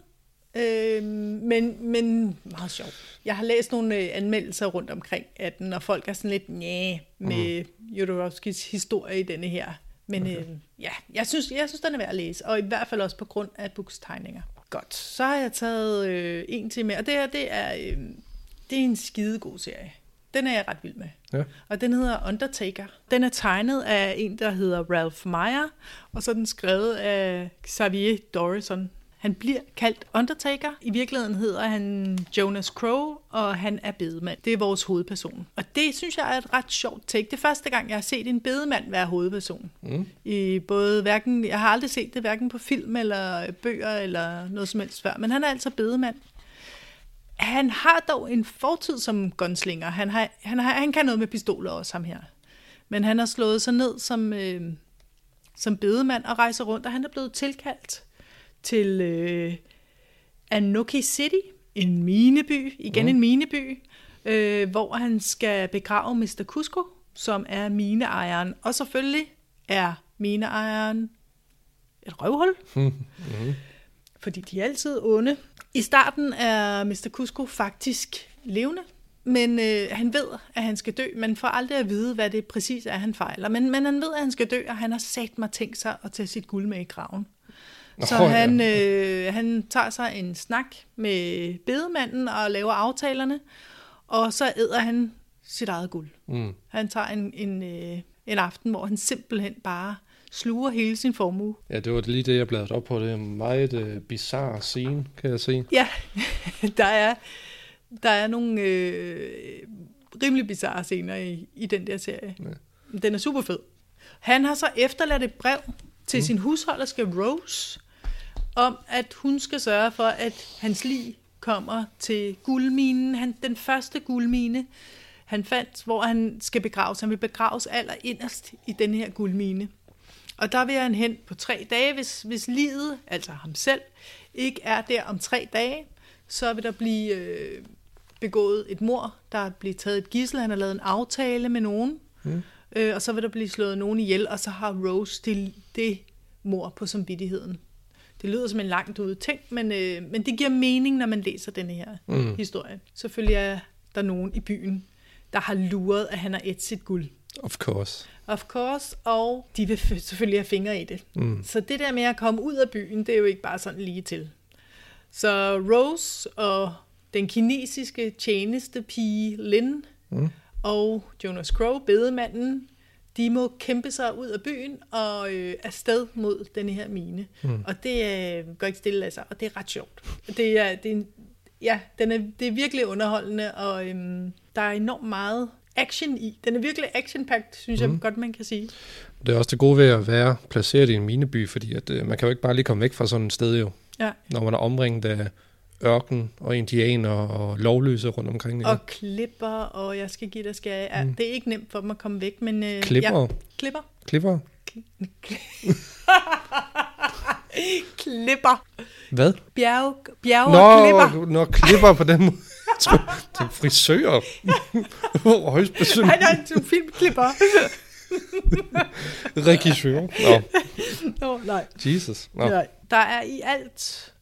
øh, men, men meget sjovt. Jeg har læst nogle øh, anmeldelser rundt omkring af den, og folk er sådan lidt næh med mm. Jodorowskis historie i denne her. Men okay. øh, ja, jeg synes, jeg synes, den er værd at læse, og i hvert fald også på grund af Books tegninger. Godt, så har jeg taget øh, en til med, og det, her, det, er, øh, det er en skidegod serie. Den er jeg ret vild med. Ja. Og den hedder Undertaker. Den er tegnet af en, der hedder Ralph Meyer, og så er den skrevet af Xavier Dorison. Han bliver kaldt Undertaker. I virkeligheden hedder han Jonas Crow, og han er bedemand. Det er vores hovedperson. Og det synes jeg er et ret sjovt take. Det er første gang, jeg har set en bedemand være hovedperson. Mm. I både hverken, jeg har aldrig set det hverken på film eller bøger eller noget som helst før, men han er altså bedemand. Han har dog en fortid som gunslinger. Han, har, han, har, han kan noget med pistoler også, ham her. Men han har slået sig ned som, øh, som bedemand og rejser rundt, og han er blevet tilkaldt til øh, Anoki City, en mineby, igen mm. en mineby, øh, hvor han skal begrave mister Cusco, som er mineejeren. Og selvfølgelig er mineejeren et røvhul, mm. fordi de er altid onde. I starten er mister Cusco faktisk levende, men øh, han ved, at han skal dø. Man får aldrig at vide, hvad det præcis er, han fejler. Men, men han ved, at han skal dø, og han har sat mig tænkt sig at tage sit guld med i graven. Så oh, han, ja. øh, han tager sig en snak med bedemanden og laver aftalerne, og så æder han sit eget guld. Mm. Han tager en, en, øh, en aften, hvor han simpelthen bare sluger hele sin formue. Ja, det var lige det, jeg bladrede op på. Det er en meget øh, bizarre scene, kan jeg se. Ja, der er, der er nogle øh, rimelig bizarre scener i, i den der serie. Ja. Den er super fed. Han har så efterladt et brev til mm. sin husholderske Rose, om at hun skal sørge for, at hans lig kommer til guldminen. Han, den første guldmine, han fandt, hvor han skal begraves. Han vil begraves aller inderst i den her guldmine. Og der vil han hen på tre dage, hvis, hvis livet, altså ham selv, ikke er der om tre dage, så vil der blive øh, begået et mord, der er blevet taget et gidsel, han har lavet en aftale med nogen, mm. øh, og så vil der blive slået nogen ihjel, og så har Rose det, det mord på samvittigheden. Det lyder som en langt ude ting, men, øh, men det giver mening, når man læser denne her mm. historie. Selvfølgelig er der nogen i byen, der har luret, at han har ædt sit guld. Of course. Of course, og de vil f- selvfølgelig have fingre i det. Mm. Så det der med at komme ud af byen, det er jo ikke bare sådan lige til. Så Rose og den kinesiske tjenestepige Lin mm. og Jonas Crow, bedemanden, de må kæmpe sig ud af byen og øh, afsted mod denne her mine. Mm. Og det øh, går ikke stille af sig, og det er ret sjovt. Det er, det er, en, ja, den er, det er virkelig underholdende, og øhm, der er enormt meget action i. Den er virkelig action-packed, synes mm. jeg godt, man kan sige. Det er også det gode ved at være placeret i en mineby, fordi at, øh, man kan jo ikke bare lige komme væk fra sådan et sted jo. Ja. Når man er omringet af ørken og indianer og lovløse rundt omkring. Ja. Og klipper, og jeg skal give dig skal jeg. Ja, mm. Det er ikke nemt for dem at komme væk, men... Øh, klipper? Ja, klipper. Klipper? Klipper. Hvad? Bjerg, bjerg nå, og klipper. Nå, klipper på den måde. Jeg tror, det er frisører. Højst besøg. Nej, nej, det er filmklipper. Regissør. Nå. Nå, nej. Jesus. Nå. Nej. Der er i alt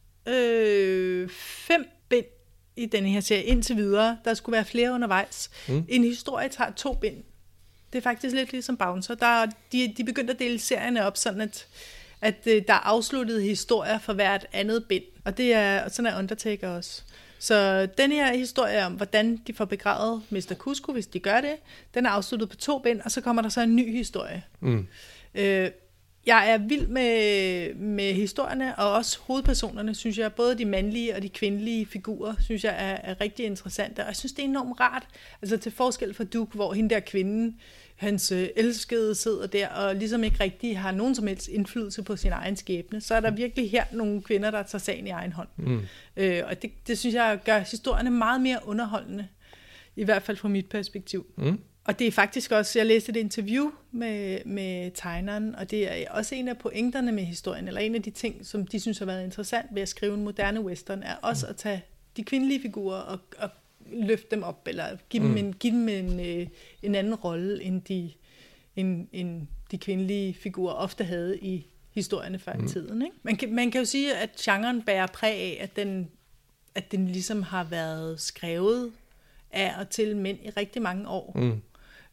øh, fem bind i denne her serie indtil videre. Der skulle være flere undervejs. Mm. En historie tager to bind. Det er faktisk lidt ligesom Bouncer. Der, de, de begyndte at dele serierne op, sådan at, at øh, der er afsluttede historier for hvert andet bind. Og det er, sådan er Undertaker også. Så den her historie om, hvordan de får begravet mister Cusco, hvis de gør det, den er afsluttet på to bind, og så kommer der så en ny historie. Mm. Øh, jeg er vild med, med historierne, og også hovedpersonerne, synes jeg, både de mandlige og de kvindelige figurer, synes jeg er, er rigtig interessante, og jeg synes, det er enormt rart, altså til forskel fra Duke, hvor hende der kvinden, hans øh, elskede sidder der, og ligesom ikke rigtig har nogen som helst indflydelse på sin egen skæbne, så er der virkelig her nogle kvinder, der tager sagen i egen hånd. Mm. Øh, og det, det synes jeg gør historierne meget mere underholdende, i hvert fald fra mit perspektiv. Mm. Og det er faktisk også, jeg læste et interview med, med tegneren, og det er også en af pointerne med historien, eller en af de ting, som de synes har været interessant ved at skrive en moderne western, er også at tage de kvindelige figurer og, og løfte dem op, eller give dem en, give dem en, øh, en anden rolle, end de, end, end de kvindelige figurer ofte havde i historierne før i tiden. Ikke? Man, kan, man kan jo sige, at genren bærer præg af, at den, at den ligesom har været skrevet af og til mænd i rigtig mange år. Mm.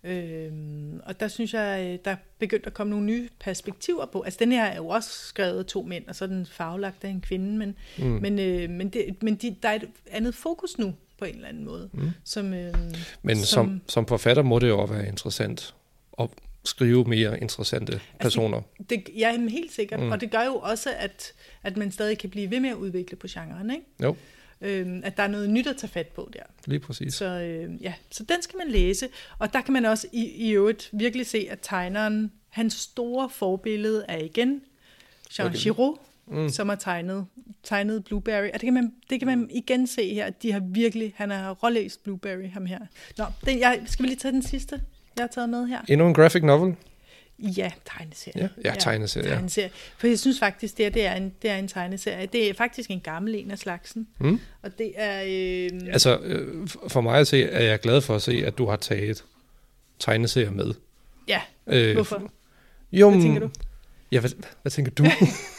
Øhm, og der synes jeg, der er begyndt at komme nogle nye perspektiver på. Altså den her er jo også skrevet af to mænd, og så er den farvelagt af en kvinde, men, mm. men, øh, men, det, men de, der er et andet fokus nu, på en eller anden måde. Mm. Som, øh, men som, som, som forfatter må det jo også være interessant at skrive mere interessante personer. Altså, det, det, ja, helt sikkert. Mm. Og det gør jo også, at, at man stadig kan blive ved med at udvikle på genren, ikke? Jo. Øhm, at der er noget nyt at tage fat på der. Lige præcis. Så, øh, ja. Så den skal man læse. Og der kan man også i, i øvrigt virkelig se, at tegneren, hans store forbillede er igen Jean okay. Giraud, mm. som har tegnet, tegnet Blueberry. Og det kan, man, det kan man igen se her, at de har virkelig, han har rålæst Blueberry, ham her. Nå, den, jeg, skal vi lige tage den sidste, jeg har taget med her? Endnu en graphic novel? Ja, tegneserie. Ja, ja tegneserie. Ja, tegneserie. For jeg synes faktisk, det, er, det, er en, det er en tegneserie. Det er faktisk en gammel en af slagsen. Mm. Og det er... Øh... Altså, øh, for mig at se, er jeg glad for at se, at du har taget tegneserier med. Ja, øh, hvorfor? Jo, hvad tænker du? Ja, hvad, hvad tænker du?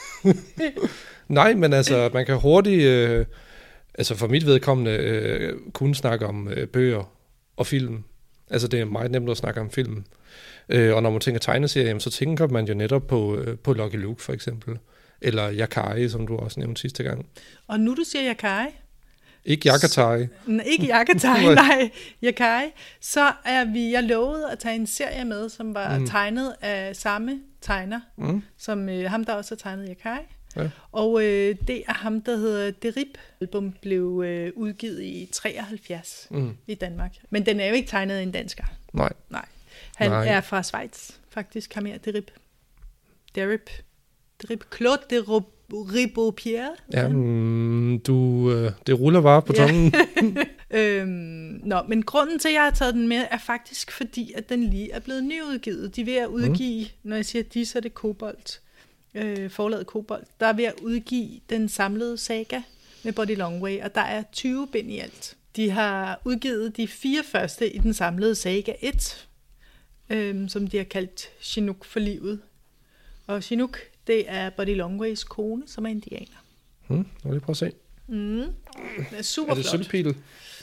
Nej, men altså, man kan hurtigt... Øh, altså, for mit vedkommende øh, kun snakke om øh, bøger og film. Altså, det er meget nemt at snakke om film. Øh, og når man tænker tegneserier, så tænker man jo netop på, øh, på Lucky Luke for eksempel. Eller Yakai, som du også nævnte sidste gang. Og nu du siger Yakai... Ikke Yakatai. S- ikke Yakatai, nej. Yakai. Så er vi... Jeg lovede at tage en serie med, som var mm. tegnet af samme tegner, mm. som øh, ham, der også har tegnet Yakai. Ja. Og øh, det er ham, der hedder Derib. Album blev øh, udgivet i treoghalvfjerds mm. i Danmark. Men den er jo ikke tegnet af en dansker. Nej. Nej. Han Nej. er fra Schweiz, faktisk, ham her, Derib. Derib. Derib. Claude de Ribaud-Pierre. Ja, mm, du, øh, det ruller bare på tungen. Øhm, nå, men grunden til, at jeg har taget den med, er faktisk fordi, at den lige er blevet nyudgivet. De er ved at udgive, mm. når jeg siger de, så er det Kobolt, øh, forlaget Kobolt, der er ved at udgive den samlede saga med Buddy Longway, og der er tyve bind i alt. De har udgivet de fire første i den samlede saga et, øh, som de har kaldt Chinook for livet. Og Chinook, det er Buddy Longways kone, som er indianer. Hmm, jeg vil lige prøve at se. Mm. Den er super Er det flot. sølvpil?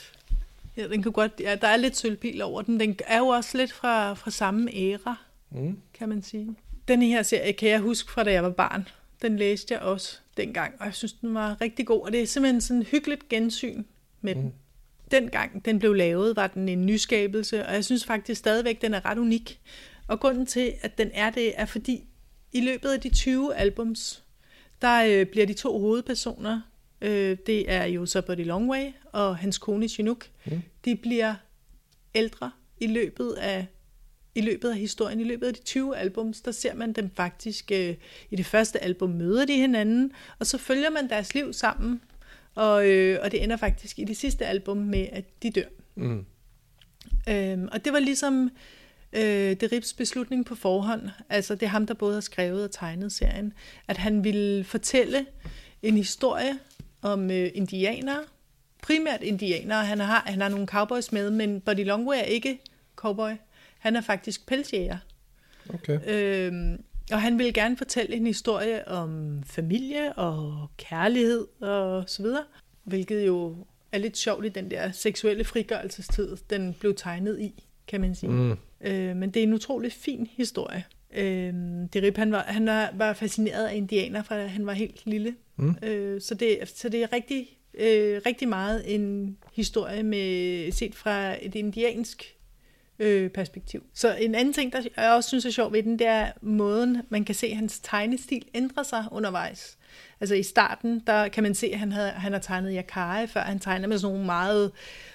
Ja, den kan godt, ja, der er lidt sølvpil over den. Den er jo også lidt fra, fra samme æra, Mm. kan man sige. Den her serie kan jeg huske fra, da jeg var barn. Den læste jeg også dengang, og jeg synes, den var rigtig god. Og det er simpelthen sådan et hyggeligt gensyn med mm. den. Dengang den blev lavet, var den en nyskabelse, og jeg synes faktisk stadigvæk, den er ret unik. Og grunden til, at den er det, er fordi i løbet af de tyve albums, der øh, bliver de to hovedpersoner, øh, det er jo så Buddy Longway og hans kone Chinook, mm. de bliver ældre i løbet af i løbet af historien, i løbet af de tyve albums, der ser man dem faktisk, øh, i det første album møder de hinanden, og så følger man deres liv sammen, og, øh, og det ender faktisk i det sidste album med, at de dør. Mm. Øhm, og det var ligesom øh, Deribs beslutning på forhånd, altså det er ham, der både har skrevet og tegnet serien, at han ville fortælle en historie om øh, indianere, primært indianere, han har, han har nogle cowboys med, men Buddy Longway er ikke cowboy. Han er faktisk pelsjæger. Okay. Øhm, og han ville gerne fortælle en historie om familie og kærlighed og så videre, hvilket jo er lidt sjovt i den der seksuelle frigørelsestid, den blev tegnet i, kan man sige. Mm. Øh, men det er en utrolig fin historie. Øh, Derib, han var, han var, var fascineret af indianer, fra han var helt lille. Mm. Øh, så, det, så det er rigtig, øh, rigtig meget en historie med set fra et indiansk Øh, perspektiv. Så en anden ting, der jeg også synes er sjov ved den, det er måden, man kan se hans tegnestil ændre sig undervejs. Altså i starten, der kan man se, at han, havde, han har tegnet Yakari, før han tegner med sådan nogle meget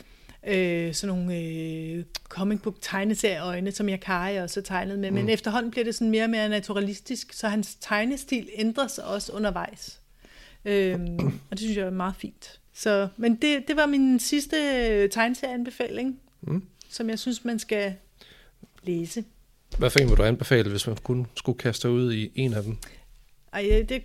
øh, sådan nogle øh, comic book tegneserieøjne, som Yakari også er tegnet med. Mm. Men efterhånden bliver det sådan mere og mere naturalistisk, så hans tegnestil ændrer sig også undervejs. Øhm, og det synes jeg er meget fint. Så, men det, det var min sidste tegneserieanbefaling. Mm. Som jeg synes, man skal læse. Hvad for en vil du anbefale, hvis man kun skulle kaste ud i en af dem? Ej, det...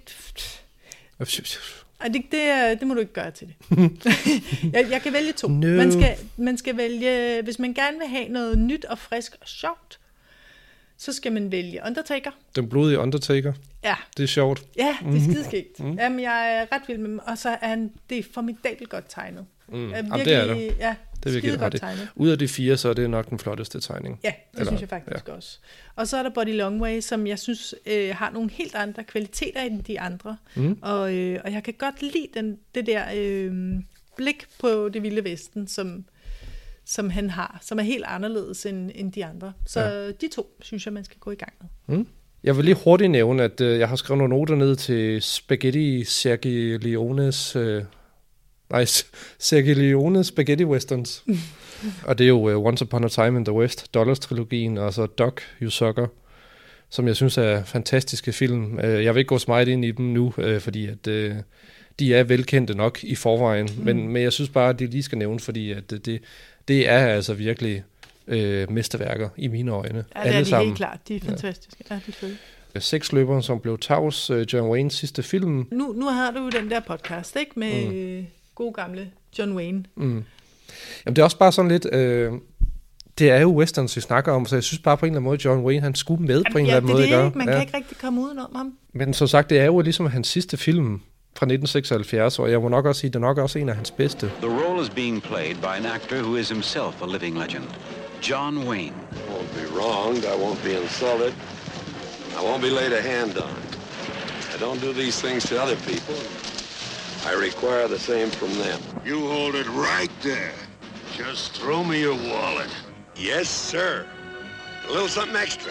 Ej, det, det, det må du ikke gøre til det. jeg, jeg kan vælge to. No. Man, skal, man skal vælge... Hvis man gerne vil have noget nyt og frisk og sjovt, så skal man vælge Undertaker. Den blodige Undertaker? Ja. Det er sjovt. Ja, det er skideskægt. Mm. Jamen, jeg er ret vild med dem. Og så er han, det er formidabelt godt tegnet. Mm. Virkelig, Jamen, det er det. Ja, det er virkelig godt tegnet. Ud af de fire, så er det nok den flotteste tegning. Ja, det Eller, synes jeg faktisk ja. også. Og så er der Buddy Longway, som jeg synes øh, har nogle helt andre kvaliteter end de andre. Mm. Og, øh, og jeg kan godt lide den, det der øh, blik på det vilde vesten, som, som han har, som er helt anderledes end, end de andre. Så ja. de to synes jeg, man skal gå i gang med. Mm. Jeg vil lige hurtigt nævne, at øh, jeg har skrevet nogle noter ned til Spaghetti Sergio Leones... Øh, Nej, Sergio Leones Spaghetti Westerns. Og det er jo uh, Once Upon a Time in the West, Dollars-trilogien, og så Doc, You Sucker, som jeg synes er fantastiske film. Uh, jeg vil ikke gå så meget ind i dem nu, uh, fordi at, uh, de er velkendte nok i forvejen, mm. men, men jeg synes bare, at de lige skal nævne, fordi at det, det er altså virkelig uh, mesterværker i mine øjne. Ja, det er de sammen. Helt klart. De er fantastiske. Ja, ja de er fede. Seksløberen, som blev tavs, uh, John Waynes sidste film. Nu, nu har du den der podcast, ikke? Med... Mm. God gamle John Wayne. Mm. Jamen det er også bare sådan lidt, øh, det er jo westerns, vi snakker om, så jeg synes bare på en eller anden måde, John Wayne, han skulle med Jamen, på en ja, eller anden det måde. Det er det ikke, man ja. kan ikke rigtig komme udenom ham. Men som sagt, det er jo ligesom hans sidste film fra nitten seksoghalvfjerds, og jeg må nok også sige, det er nok også en af hans bedste. The role is being played by an actor who is himself a living legend, John Wayne. I won't be wronged, I won't be insulted, I won't be laid a hand on. I don't do these things to other people. I require the same from them. You hold it right there. Just throw me your wallet. Yes, sir. A little something extra.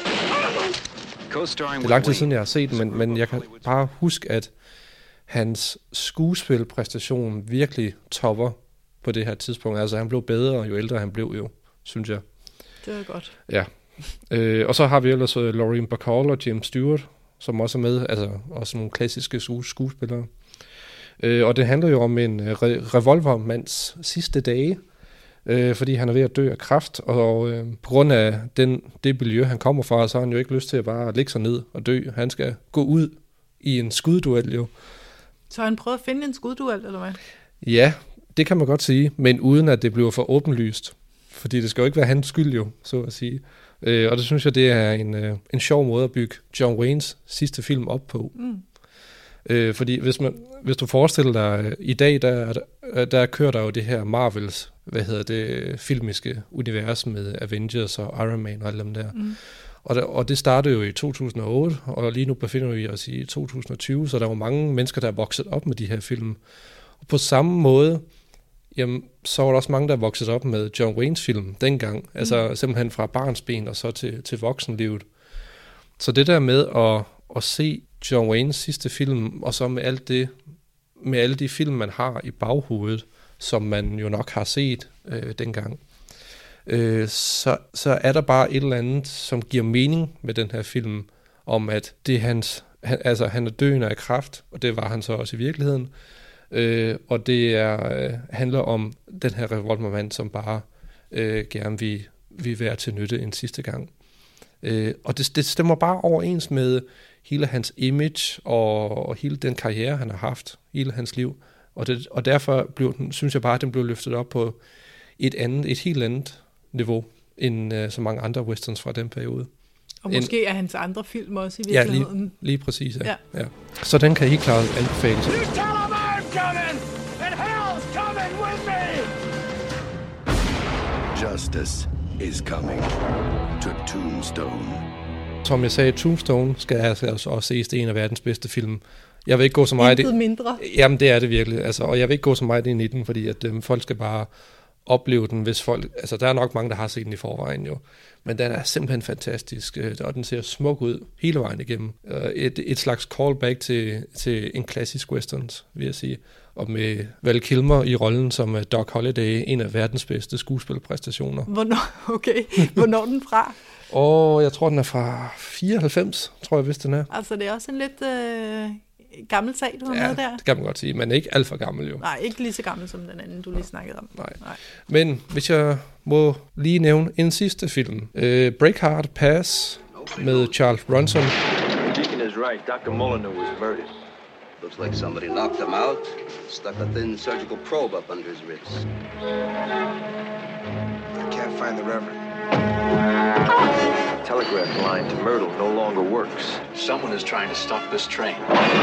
Det er lang tid siden, jeg har set den, men, men jeg kan bare huske, at hans skuespilpræstation virkelig topper på det her tidspunkt. Altså, han blev bedre, jo ældre han blev jo, synes jeg. Det er godt. Ja. Øh, og så har vi ellers uh, Lorraine Bacall og James Stewart, som også er med. Altså, også nogle klassiske skuespillere. Øh, og det handler jo om en re- revolvermands sidste dage, øh, fordi han er ved at dø af kræft, og øh, på grund af den, det miljø, han kommer fra, så har han jo ikke lyst til at bare lægge sig ned og dø. Han skal gå ud i en skudduel jo. Så han prøver at finde en skudduel, eller hvad? Ja, det kan man godt sige, men uden at det bliver for åbenlyst. Fordi det skal jo ikke være hans skyld jo, så at sige. Øh, og det synes jeg, det er en, øh, en sjov måde at bygge John Waynes sidste film op på. Mm. Øh, fordi hvis, man, hvis du forestiller dig, i dag, der, der, der kører der jo det her Marvels, hvad hedder det, filmiske univers med Avengers og Iron Man og alle dem der. Mm. Og, der, og det startede jo i to tusind og otte, og lige nu befinder vi os i to tusind og tyve, så der var mange mennesker, der er vokset op med de her film. Og på samme måde, jamen, så var der også mange, der voksede op med John Waynes film dengang. Mm. Altså simpelthen fra barnsben og så til, til voksenlivet. Så det der med at, at se John Waynes sidste film, og så med alt det, med alle de film, man har i baghovedet, som man jo nok har set øh, dengang, øh, så, så er der bare et eller andet, som giver mening med den her film, om at det er hans, han, altså han er døende af kræft, og det var han så også i virkeligheden, øh, og det er, øh, handler om den her revolvermand, som bare øh, gerne vil, vil være til nytte en sidste gang. Øh, og det, det stemmer bare overens med hele hans image og, og hele den karriere, han har haft, hele hans liv. Og, det, og derfor blev den, synes jeg bare, at den blev løftet op på et andet, et helt andet niveau, end uh, så mange andre westerns fra den periode. Og en, måske er hans andre film også i virkeligheden. Ja, lige, lige præcis, ja. Ja. Ja. Så den kan helt klart anbefales. Justice is coming to Tombstone. Som jeg sagde, Tombstone skal altså også ses, det er en af verdens bedste film. Jeg vil ikke gå så meget... Intet mindre. Jamen, det er det virkelig. Altså, og jeg vil ikke gå så meget ind i den, fordi at, øhm, folk skal bare opleve den, hvis folk... Altså, der er nok mange, der har set den i forvejen jo. Men den er simpelthen fantastisk, øh, og den ser smuk ud hele vejen igennem. Øh, et, et slags callback til, til en klassisk westerns, vil jeg sige. Og med Val Kilmer i rollen som Doc Holliday, en af verdens bedste skuespillerpræstationer. Hvornår, okay. Hvornår den fra? Og jeg tror, den er fra fireoghalvfems, tror jeg, hvis den er. Altså, det er også en lidt øh, gammel sag, du har ja, med der. det kan man godt sige, men ikke alt for gammel jo. Nej, ikke lige så gammel som den anden, du lige snakkede om. Nej. Nej. Men hvis jeg må lige nævne en sidste film. Uh, Breakheart Pass med Charles Bronson. Deacon is right. doctor Molyneux was murdered. Looks like somebody knocked him out, stuck a thin surgical probe up under his ribs. I can't find the Reverend. Telegraph line to Myrtle no longer works. Someone is trying to stop this train.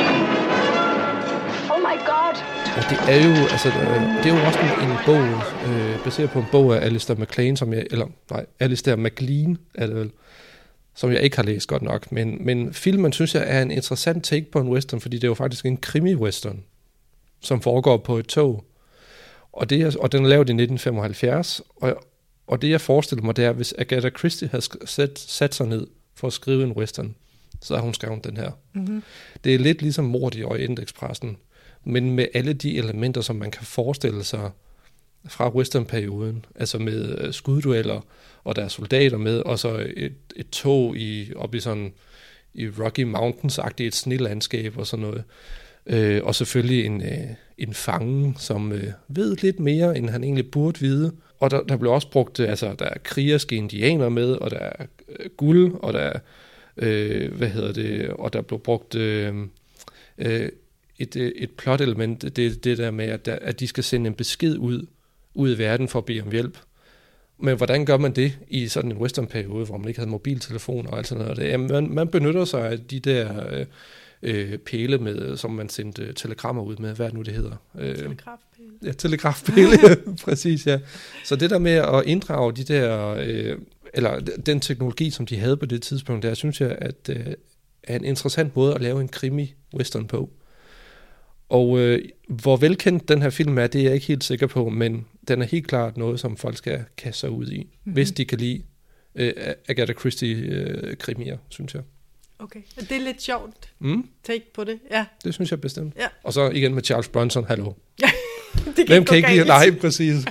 Oh my God! Og det er jo, altså, det er jo også en, en bog, øh, baseret på en bog af Alistair MacLean, som jeg, eller nej, Alistair MacLean er det vel, som jeg ikke har læst godt nok. Men, men filmen, synes jeg, er en interessant take på en western, fordi det er jo faktisk en krimi-western, som foregår på et tog. Og, det er, og den er lavet i nitten femoghalvfjerds, og, og det jeg forestiller mig, det er, hvis Agatha Christie havde sat, sat sig ned for at skrive en western, så har hun skrevet den her. Mm-hmm. Det er lidt ligesom Mord i Orientekspressen, men med alle de elementer, som man kan forestille sig fra westernperioden, altså med skuddueller, og der er soldater med, og så et, et tog i, op i sådan i Rocky Mountains-agtigt et snelandskab og sådan noget. Øh, og selvfølgelig en, øh, en fange, som øh, ved lidt mere, end han egentlig burde vide. Og der, der blev også brugt, altså der er krigerske indianer med, og der er øh, guld, og der er, øh, hvad hedder det, og der blev brugt øh, øh, et, et plot-element, det, det der med, at, der, at de skal sende en besked ud, ud i verden for at bede om hjælp. Men hvordan gør man det i sådan en western-periode, hvor man ikke havde mobiltelefon og alt sådan noget? Jamen, man, man benytter sig af de der øh, øh, pæle, med, som man sendte telegrammer ud med. Hvad er det nu, det hedder? Øh, telegrafpæle. Ja, telegrafpæle, præcis, ja. Så det der med at inddrage de der, øh, eller den teknologi, som de havde på det tidspunkt, der synes jeg, at øh, er en interessant måde at lave en krimi-western på. Og øh, hvor velkendt den her film er, det er jeg ikke helt sikker på, men den er helt klart noget, som folk skal kaste sig ud i, mm-hmm. hvis de kan lide øh, Agatha Christie-krimier, øh, synes jeg. Okay, det er lidt sjovt mm. take på det, ja. Det synes jeg bestemt. Ja. Og så igen med Charles Bronson, hallo. det kan Hvem kan ikke lide? Nej, præcis.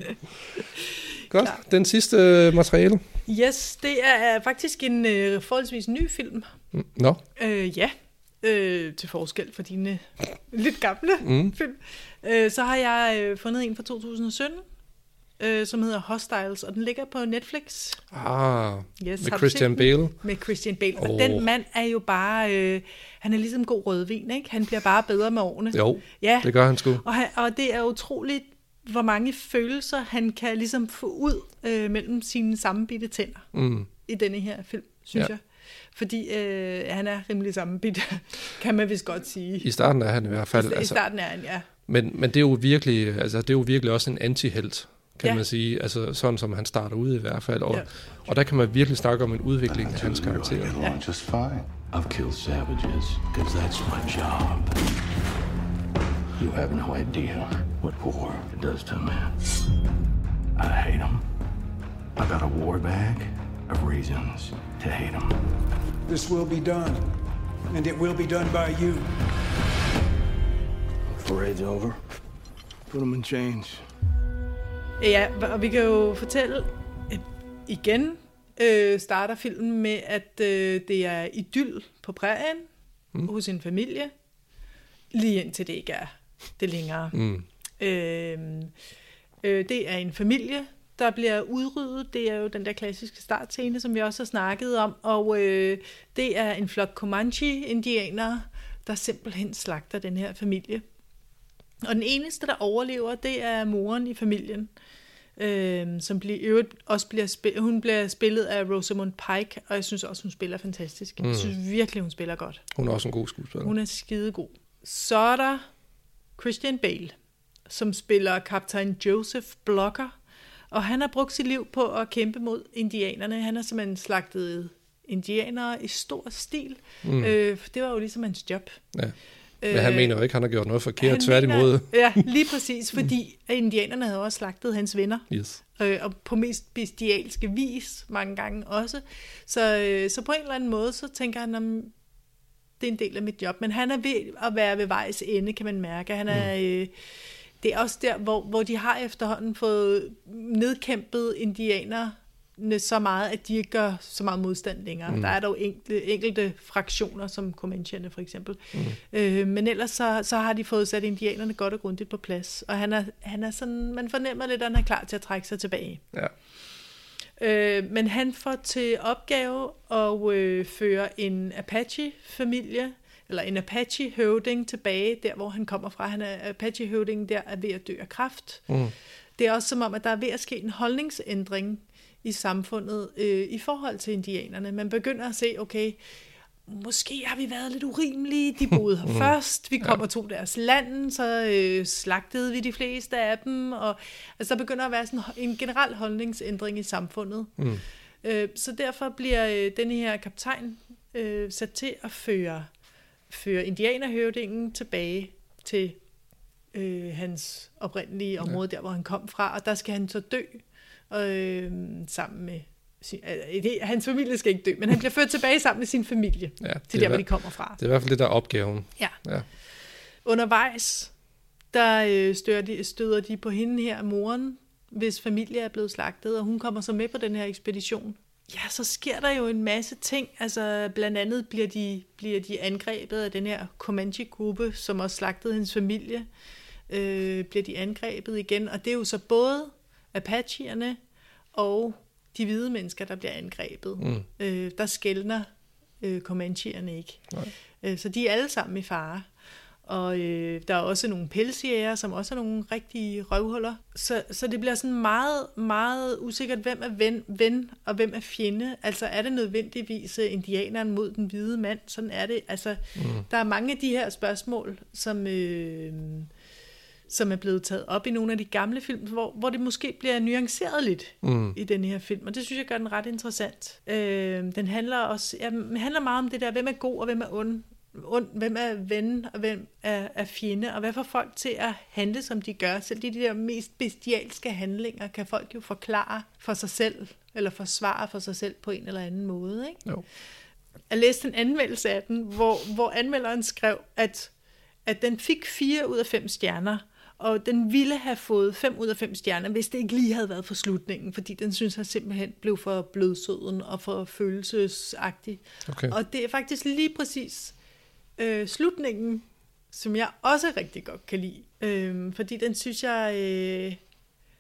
Godt, klar. Den sidste materiale. Yes, det er faktisk en øh, forholdsvis ny film. Mm. Nå. Øh, ja. Øh, til forskel for dine lidt gamle mm. film, øh, så har jeg øh, fundet en fra to tusind og sytten, øh, som hedder Hostiles, og den ligger på Netflix. Ah, yes, med Christian Bale. Med Christian Bale. Oh. Og den mand er jo bare, øh, han er ligesom god rødvin, ikke? Han bliver bare bedre med årene. Jo, ja. det gør han sgu. Og, han, og det er utroligt, hvor mange følelser han kan ligesom få ud øh, mellem sine sammenbitte tænder mm. i denne her film, synes ja. jeg. Fordi øh, han er rimelig sammenbitte, kan man vist godt sige. I starten er han i hvert fald. I, altså, I starten er han, ja. Men, men det er jo virkelig, altså det er jo virkelig også en antihelt, kan ja. man sige. Altså sådan som han starter ud i hvert fald. Og, ja. og der kan man virkelig snakke om en udvikling af hans karakter. Ja. Just fine. I've killed savages, because that's my job. You have no idea what war it does to a man. I hate him. I got a war bag of reasons to hate him. This will be done, and it will be done by you. Parade's over. Put him in chains. Ja, og vi kan jo fortælle øh, igen, øh, starter filmen med, at øh, det er idyll på prærien mm. hos en familie, lige indtil det ikke er det længere. Mm. Øh, øh, det er en familie, der bliver udryddet. Det er jo den der klassiske startscene, som vi også har snakket om, og øh, det er en flok Comanche-indianere, der simpelthen slagter den her familie. Og den eneste, der overlever, det er moren i familien, øh, som bliver, øvrigt også bliver spillet, hun bliver spillet af Rosamund Pike, og jeg synes også, hun spiller fantastisk. Mm. Jeg synes virkelig, hun spiller godt. Hun er også en god skuespiller. Hun er skidegod. Så er der Christian Bale, som spiller kaptajn Joseph Blocker, og han har brugt sit liv på at kæmpe mod indianerne. Han har simpelthen slagtet indianere i stor stil. Mm. Øh, det var jo ligesom hans job. Ja. Men han mener jo ikke, han har gjort noget forkert, tværtimod. Mener, ja, lige præcis, fordi indianerne havde også slagtet hans venner. Yes. Øh, og på mest bestialske vis, mange gange også. Så, øh, så på en eller anden måde, så tænker han, om det er en del af mit job. Men han er ved at være ved vejs ende, kan man mærke. Han er, øh, det er også der, hvor, hvor de har efterhånden fået nedkæmpet indianerne så meget, at de ikke gør så meget modstand længere. Mm. Der er dog enkelte, enkelte fraktioner, som Comanche'erne for eksempel. Mm. Øh, men ellers så, så har de fået sat indianerne godt og grundigt på plads. Og han er, han er sådan, man fornemmer lidt, at han er klar til at trække sig tilbage. Ja. Øh, men han får til opgave at øh, føre en Apache-familie, eller en Apache-høvding tilbage, der hvor han kommer fra. Han er Apache-høvding, der er ved at dø af kræft. Mm. Det er også som om, at der er ved at ske en holdningsændring i samfundet øh, i forhold til indianerne. Man begynder at se, okay, måske har vi været lidt urimelige, de boede her mm. først, vi kom og tog deres land, så øh, slagtede vi de fleste af dem, og altså, der begynder at være sådan en generel holdningsændring i samfundet. Mm. Øh, så derfor bliver øh, denne her kaptajn øh, sat til at føre, føre indianerhøvdingen tilbage til øh, hans oprindelige område, ja. Der hvor han kom fra, og der skal han så dø, Øh, sammen med sin, øh, det, hans familie skal ikke dø, men han bliver ført tilbage sammen med sin familie ja, til der, hvor de kommer fra. Det er i hvert fald det, der er opgaven. Ja. Ja. Undervejs, der øh, støder, de, støder de på hende her, moren, hvis familie er blevet slagtet, og hun kommer så med på den her ekspedition. Ja, så sker der jo en masse ting. Altså, blandt andet bliver de, bliver de angrebet af den her Comanche-gruppe, som også slagtede hendes familie. Øh, bliver de angrebet igen, og det er jo så både Apacheerne og de hvide mennesker, der bliver angrebet. Mm. Øh, der skelner øh, Comancheerne ikke. Øh, så de er alle sammen i fare. Og øh, der er også nogle pelsjæger, som også er nogle rigtige røvhuller. Så, så det bliver sådan meget, meget usikkert, hvem er ven, ven og hvem er fjende. Altså er det nødvendigvis indianeren mod den hvide mand? Sådan er det. Altså, mm. der er mange af de her spørgsmål, som... Øh, som er blevet taget op i nogle af de gamle film, hvor, hvor det måske bliver nuanceret lidt mm. i den her film, og det synes jeg gør den ret interessant. Øh, den handler også ja, den handler meget om det der, hvem er god og hvem er ond, ond hvem er ven og hvem er, er fjende, og hvad får folk til at handle, som de gør. Selv de, de der mest bestialske handlinger kan folk jo forklare for sig selv, eller forsvare for sig selv på en eller anden måde. Ikke? Jo. Jeg læste en anmeldelse af den, hvor, hvor anmelderen skrev, at, at den fik fire ud af fem stjerner, og den ville have fået fem ud af fem stjerner, hvis det ikke lige havde været for slutningen, fordi den synes han simpelthen blev for blødsøden og for følelsesagtig. Okay. Og det er faktisk lige præcis øh, slutningen, som jeg også rigtig godt kan lide, øh, fordi den synes jeg øh,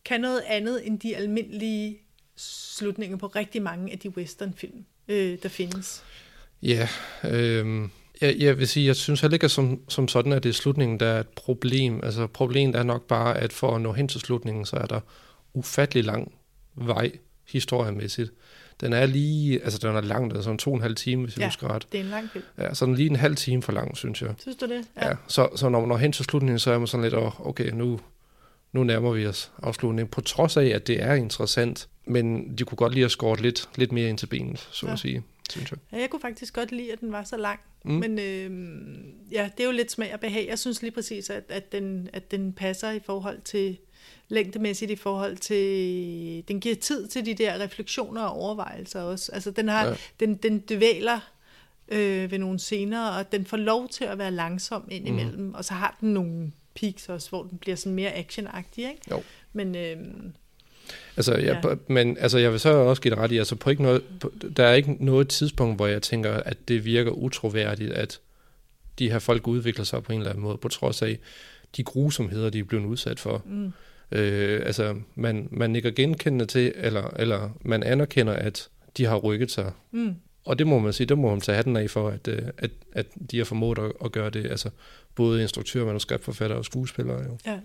kan noget andet end de almindelige slutninger på rigtig mange af de westernfilm, øh, der findes. Ja, øh, jeg, jeg vil sige, jeg synes heller ikke, at som, som sådan, at det er slutningen, der er et problem. Altså problemet er nok bare, at for at nå hen til slutningen, så er der ufattelig lang vej historiemæssigt. Den er lige, altså den er lang, altså to og en halv time, hvis jeg ja, husker ret. det er en lang film. Ja, så den er lige en halv time for lang, synes jeg. Synes du det? Ja. ja så, så når man når hen til slutningen, så er man sådan lidt, oh, okay, nu, nu nærmer vi os afslutningen. På trods af, at det er interessant, men de kunne godt lige have skåret lidt, lidt mere ind til benet, så ja. at sige, synes jeg. Ja, jeg kunne faktisk godt lide, at den var så lang. Mm. Men øh, ja, det er jo lidt smag og behag. Jeg synes lige præcis, at, at, den, at den passer i forhold til længdemæssigt, i forhold til, den giver tid til de der refleksioner og overvejelser også. Altså den har, ja. den, den dvæler øh, ved nogle scener, og den får lov til at være langsom indimellem, mm. og så har den nogle peaks også, hvor den bliver sådan mere actionagtig, ikke? Jo. Men øh, altså, jeg, ja. men altså, jeg vil så også give det ret i, altså på ikke noget, på, der er ikke noget tidspunkt, hvor jeg tænker, at det virker utroværdigt, at de her folk udvikler sig på en eller anden måde, på trods af de grusomheder, de er blevet udsat for. Mm. Øh, altså, man, man nikker genkendende til, eller, eller man anerkender, at de har rykket sig. Mm. Og det må man sige, det må man tage hatten af for, at, at, at de har formået at, at gøre det, altså både instruktører, manuskriptforfattere og skuespillere. Jo. Ja.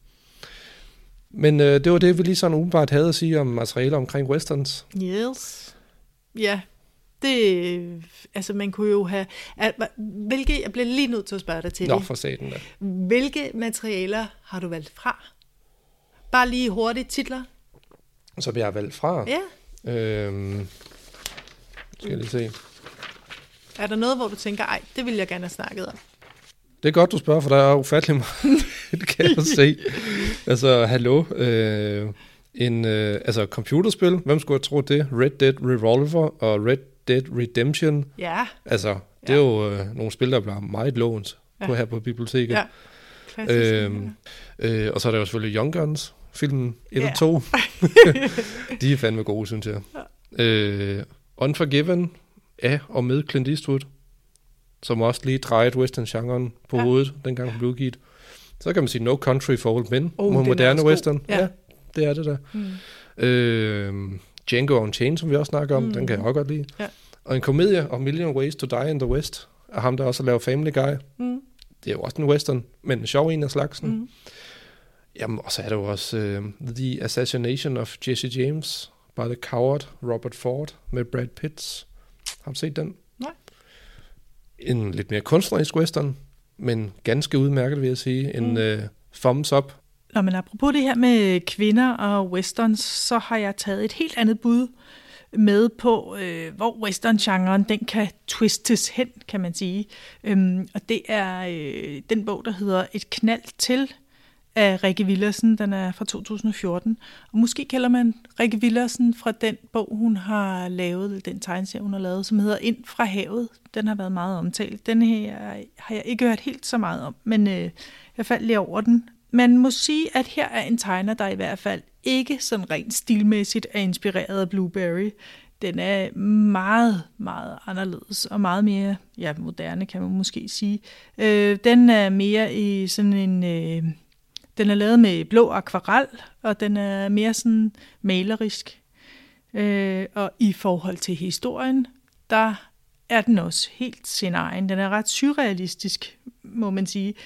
Men øh, det var det, vi lige sådan umiddelbart havde at sige om materialer omkring westerns. Yes. Ja, det, altså man kunne jo have, hvilke, jeg bliver lige nødt til at spørge dig til Nå, det. for satan da. Hvilke materialer har du valgt fra? Bare lige hurtigt titler. Som jeg har valgt fra? Ja. Øhm, skal jeg lige se. Er der noget, hvor du tænker, ej, det vil jeg gerne have snakket om? Det er godt, du spørger, for der er ufattelig meget, det kan jeg se. Altså, hallo. Øh, en, øh, altså, computerspil. Hvem skulle have troet det? Red Dead Revolver og Red Dead Redemption. Ja. Altså, det er ja. jo øh, nogle spil, der bliver meget lånt ja. på her på biblioteket. Ja. Klassisk. Øhm, øh, og så er der jo selvfølgelig Young Guns, filmen et ja. og to. De er fandme gode, synes jeg. Ja. Øh, Unforgiven af og med Clint Eastwood, som også lige drejede western-genren på ja. hovedet, dengang den blev udgivet. Så kan man sige No Country for Old Men, oh, moderne western. Ja. ja, det er det der. Mm. Øh, Django Unchained, som vi også snakker om, mm. den kan jeg også godt lide. Ja. Og en komedie om Million Ways to Die in the West, af ham, der også laver Family Guy. Mm. Det er jo også en western, men en sjov en af slagsen. Mm. Jamen, og så er der jo også uh, The Assassination of Jesse James by the Coward Robert Ford med Brad Pitt. Har du set den? Nej. En lidt mere kunstnerisk western, men ganske udmærket, vil jeg sige. En mm. uh, thumbs up. Nå, men apropos det her med kvinder og westerns, så har jeg taget et helt andet bud med på, øh, hvor western-genren den kan twistes hen, kan man sige. Øhm, og det er øh, den bog, der hedder Et knald til af Rikke Villersen. Den er fra to tusind og fjorten. Og måske kalder man Rikke Villersen fra den bog, hun har lavet, den tegneserie, hun har lavet, som hedder Ind fra havet. Den har været meget omtalt. Den her har jeg ikke hørt helt så meget om, men øh, jeg faldt lige over den. Man må sige, at her er en tegner, der i hvert fald ikke sådan rent stilmæssigt er inspireret af Blueberry. Den er meget, meget anderledes og meget mere ja, moderne, kan man måske sige. Øh, den er mere i sådan en... Øh, den er lavet med blå akvarel, og den er mere sådan malerisk. Øh, og i forhold til historien, der er den også helt sin egen. Den er ret surrealistisk, må man sige.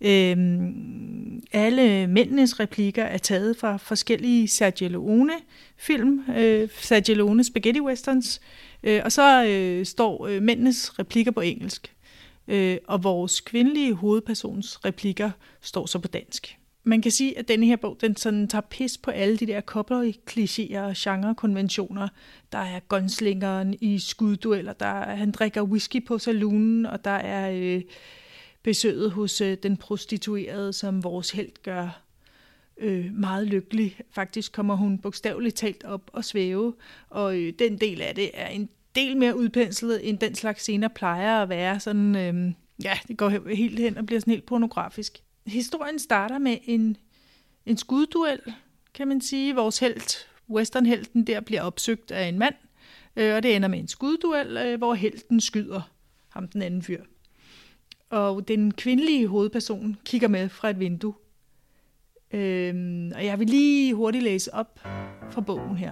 Øhm, alle mændenes replikker er taget fra forskellige Sergio Leone-film, øh, Sergio Leone Spaghetti Westerns, øh, og så øh, står øh, mændenes replikker på engelsk, øh, og vores kvindelige hovedpersons replikker står så på dansk. Man kan sige, at denne her bog, den sådan tager pis på alle de der cowboy-klichéer og genre-konventioner. Der er gunslingeren i skuddueller, der er, han drikker whisky på saloonen, og der er øh, besøget hos øh, den prostituerede, som vores helt gør øh, meget lykkelig. Faktisk kommer hun bogstaveligt talt op og svæve, og øh, den del af det er en del mere udpenslet, end den slags scener plejer at være. Sådan, øh, ja, det går helt hen og bliver sådan helt pornografisk. Historien starter med en, en skudduel, kan man sige. Vores helt, westernhelten der, bliver opsøgt af en mand, øh, og det ender med en skudduel, øh, hvor helten skyder ham den anden fyr. Og den kvindelige hovedperson kigger med fra et vindue. Øhm, og jeg vil lige hurtigt læse op fra bogen her.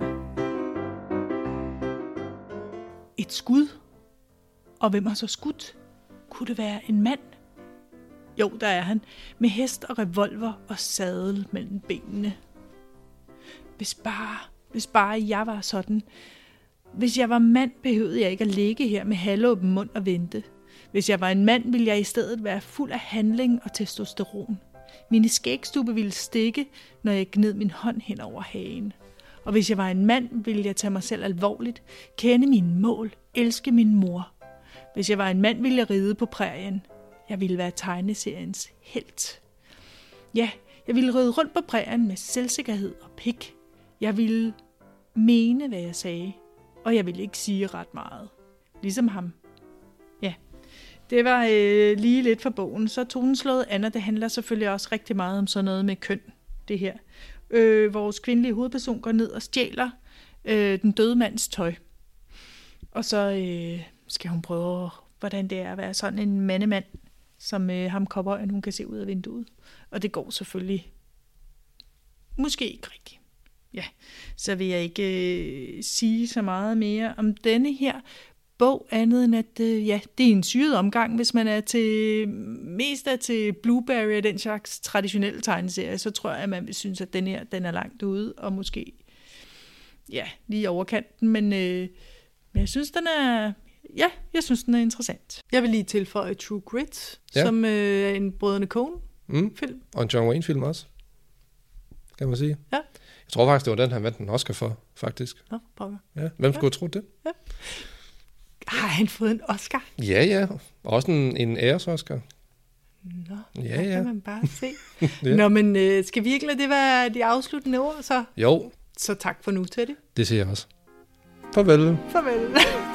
Et skud. Og hvem har så skudt? Kunne det være en mand? Jo, der er han, med hest og revolver og sadel mellem benene. Hvis bare, hvis bare jeg var sådan. Hvis jeg var mand, behøvede jeg ikke at ligge her med halvåben mund og vente. Hvis jeg var en mand, ville jeg i stedet være fuld af handling og testosteron. Mine skægstube ville stikke, når jeg gned min hånd hen over hagen. Og hvis jeg var en mand, ville jeg tage mig selv alvorligt, kende mine mål, elske min mor. Hvis jeg var en mand, ville jeg ride på prærien. Jeg ville være tegneseriens helt. Ja, jeg ville ride rundt på prærien med selvsikkerhed og pik. Jeg ville mene, hvad jeg sagde, og jeg ville ikke sige ret meget. Ligesom ham. Ja, det var øh, lige lidt for bogen. Så Toneslået Anna, det handler selvfølgelig også rigtig meget om sådan noget med køn, det her. Øh, vores kvindelige hovedperson går ned og stjæler øh, den døde mands tøj. Og så øh, skal hun prøve, hvordan det er at være sådan en mandemand, som øh, ham cowboyen, hun kan se ud af vinduet. Og det går selvfølgelig måske ikke rigtigt. Ja, så vil jeg ikke øh, sige så meget mere om denne her bog, andet end at øh, ja, det er en syret omgang. Hvis man er til mest er til Blueberry og den slags traditionelle tegneserie, så tror jeg, at man vil synes, at den her den er langt ude, og måske ja, lige overkanten. Men, øh, men jeg synes, den er ja, jeg synes, den er interessant. Jeg vil lige tilføje True Grit, ja. som øh, er en Brødrene Coen-film. Mm. Og en John Wayne-film også, kan man sige. Ja. Jeg tror faktisk, det var den, han vandt en Oscar for, faktisk. Nå, pokker. Ja, hvem skulle ja. have troet det? Ja. Har han fået en Oscar? Ja, ja. Også en, en æres-Oscar. Nå, ja, der ja. kan man bare se. ja. Nå, men øh, skal virkelig det være de afsluttende ord, så? Jo. Så tak for nu, Teddy. Det siger jeg også. Farvel. Farvel.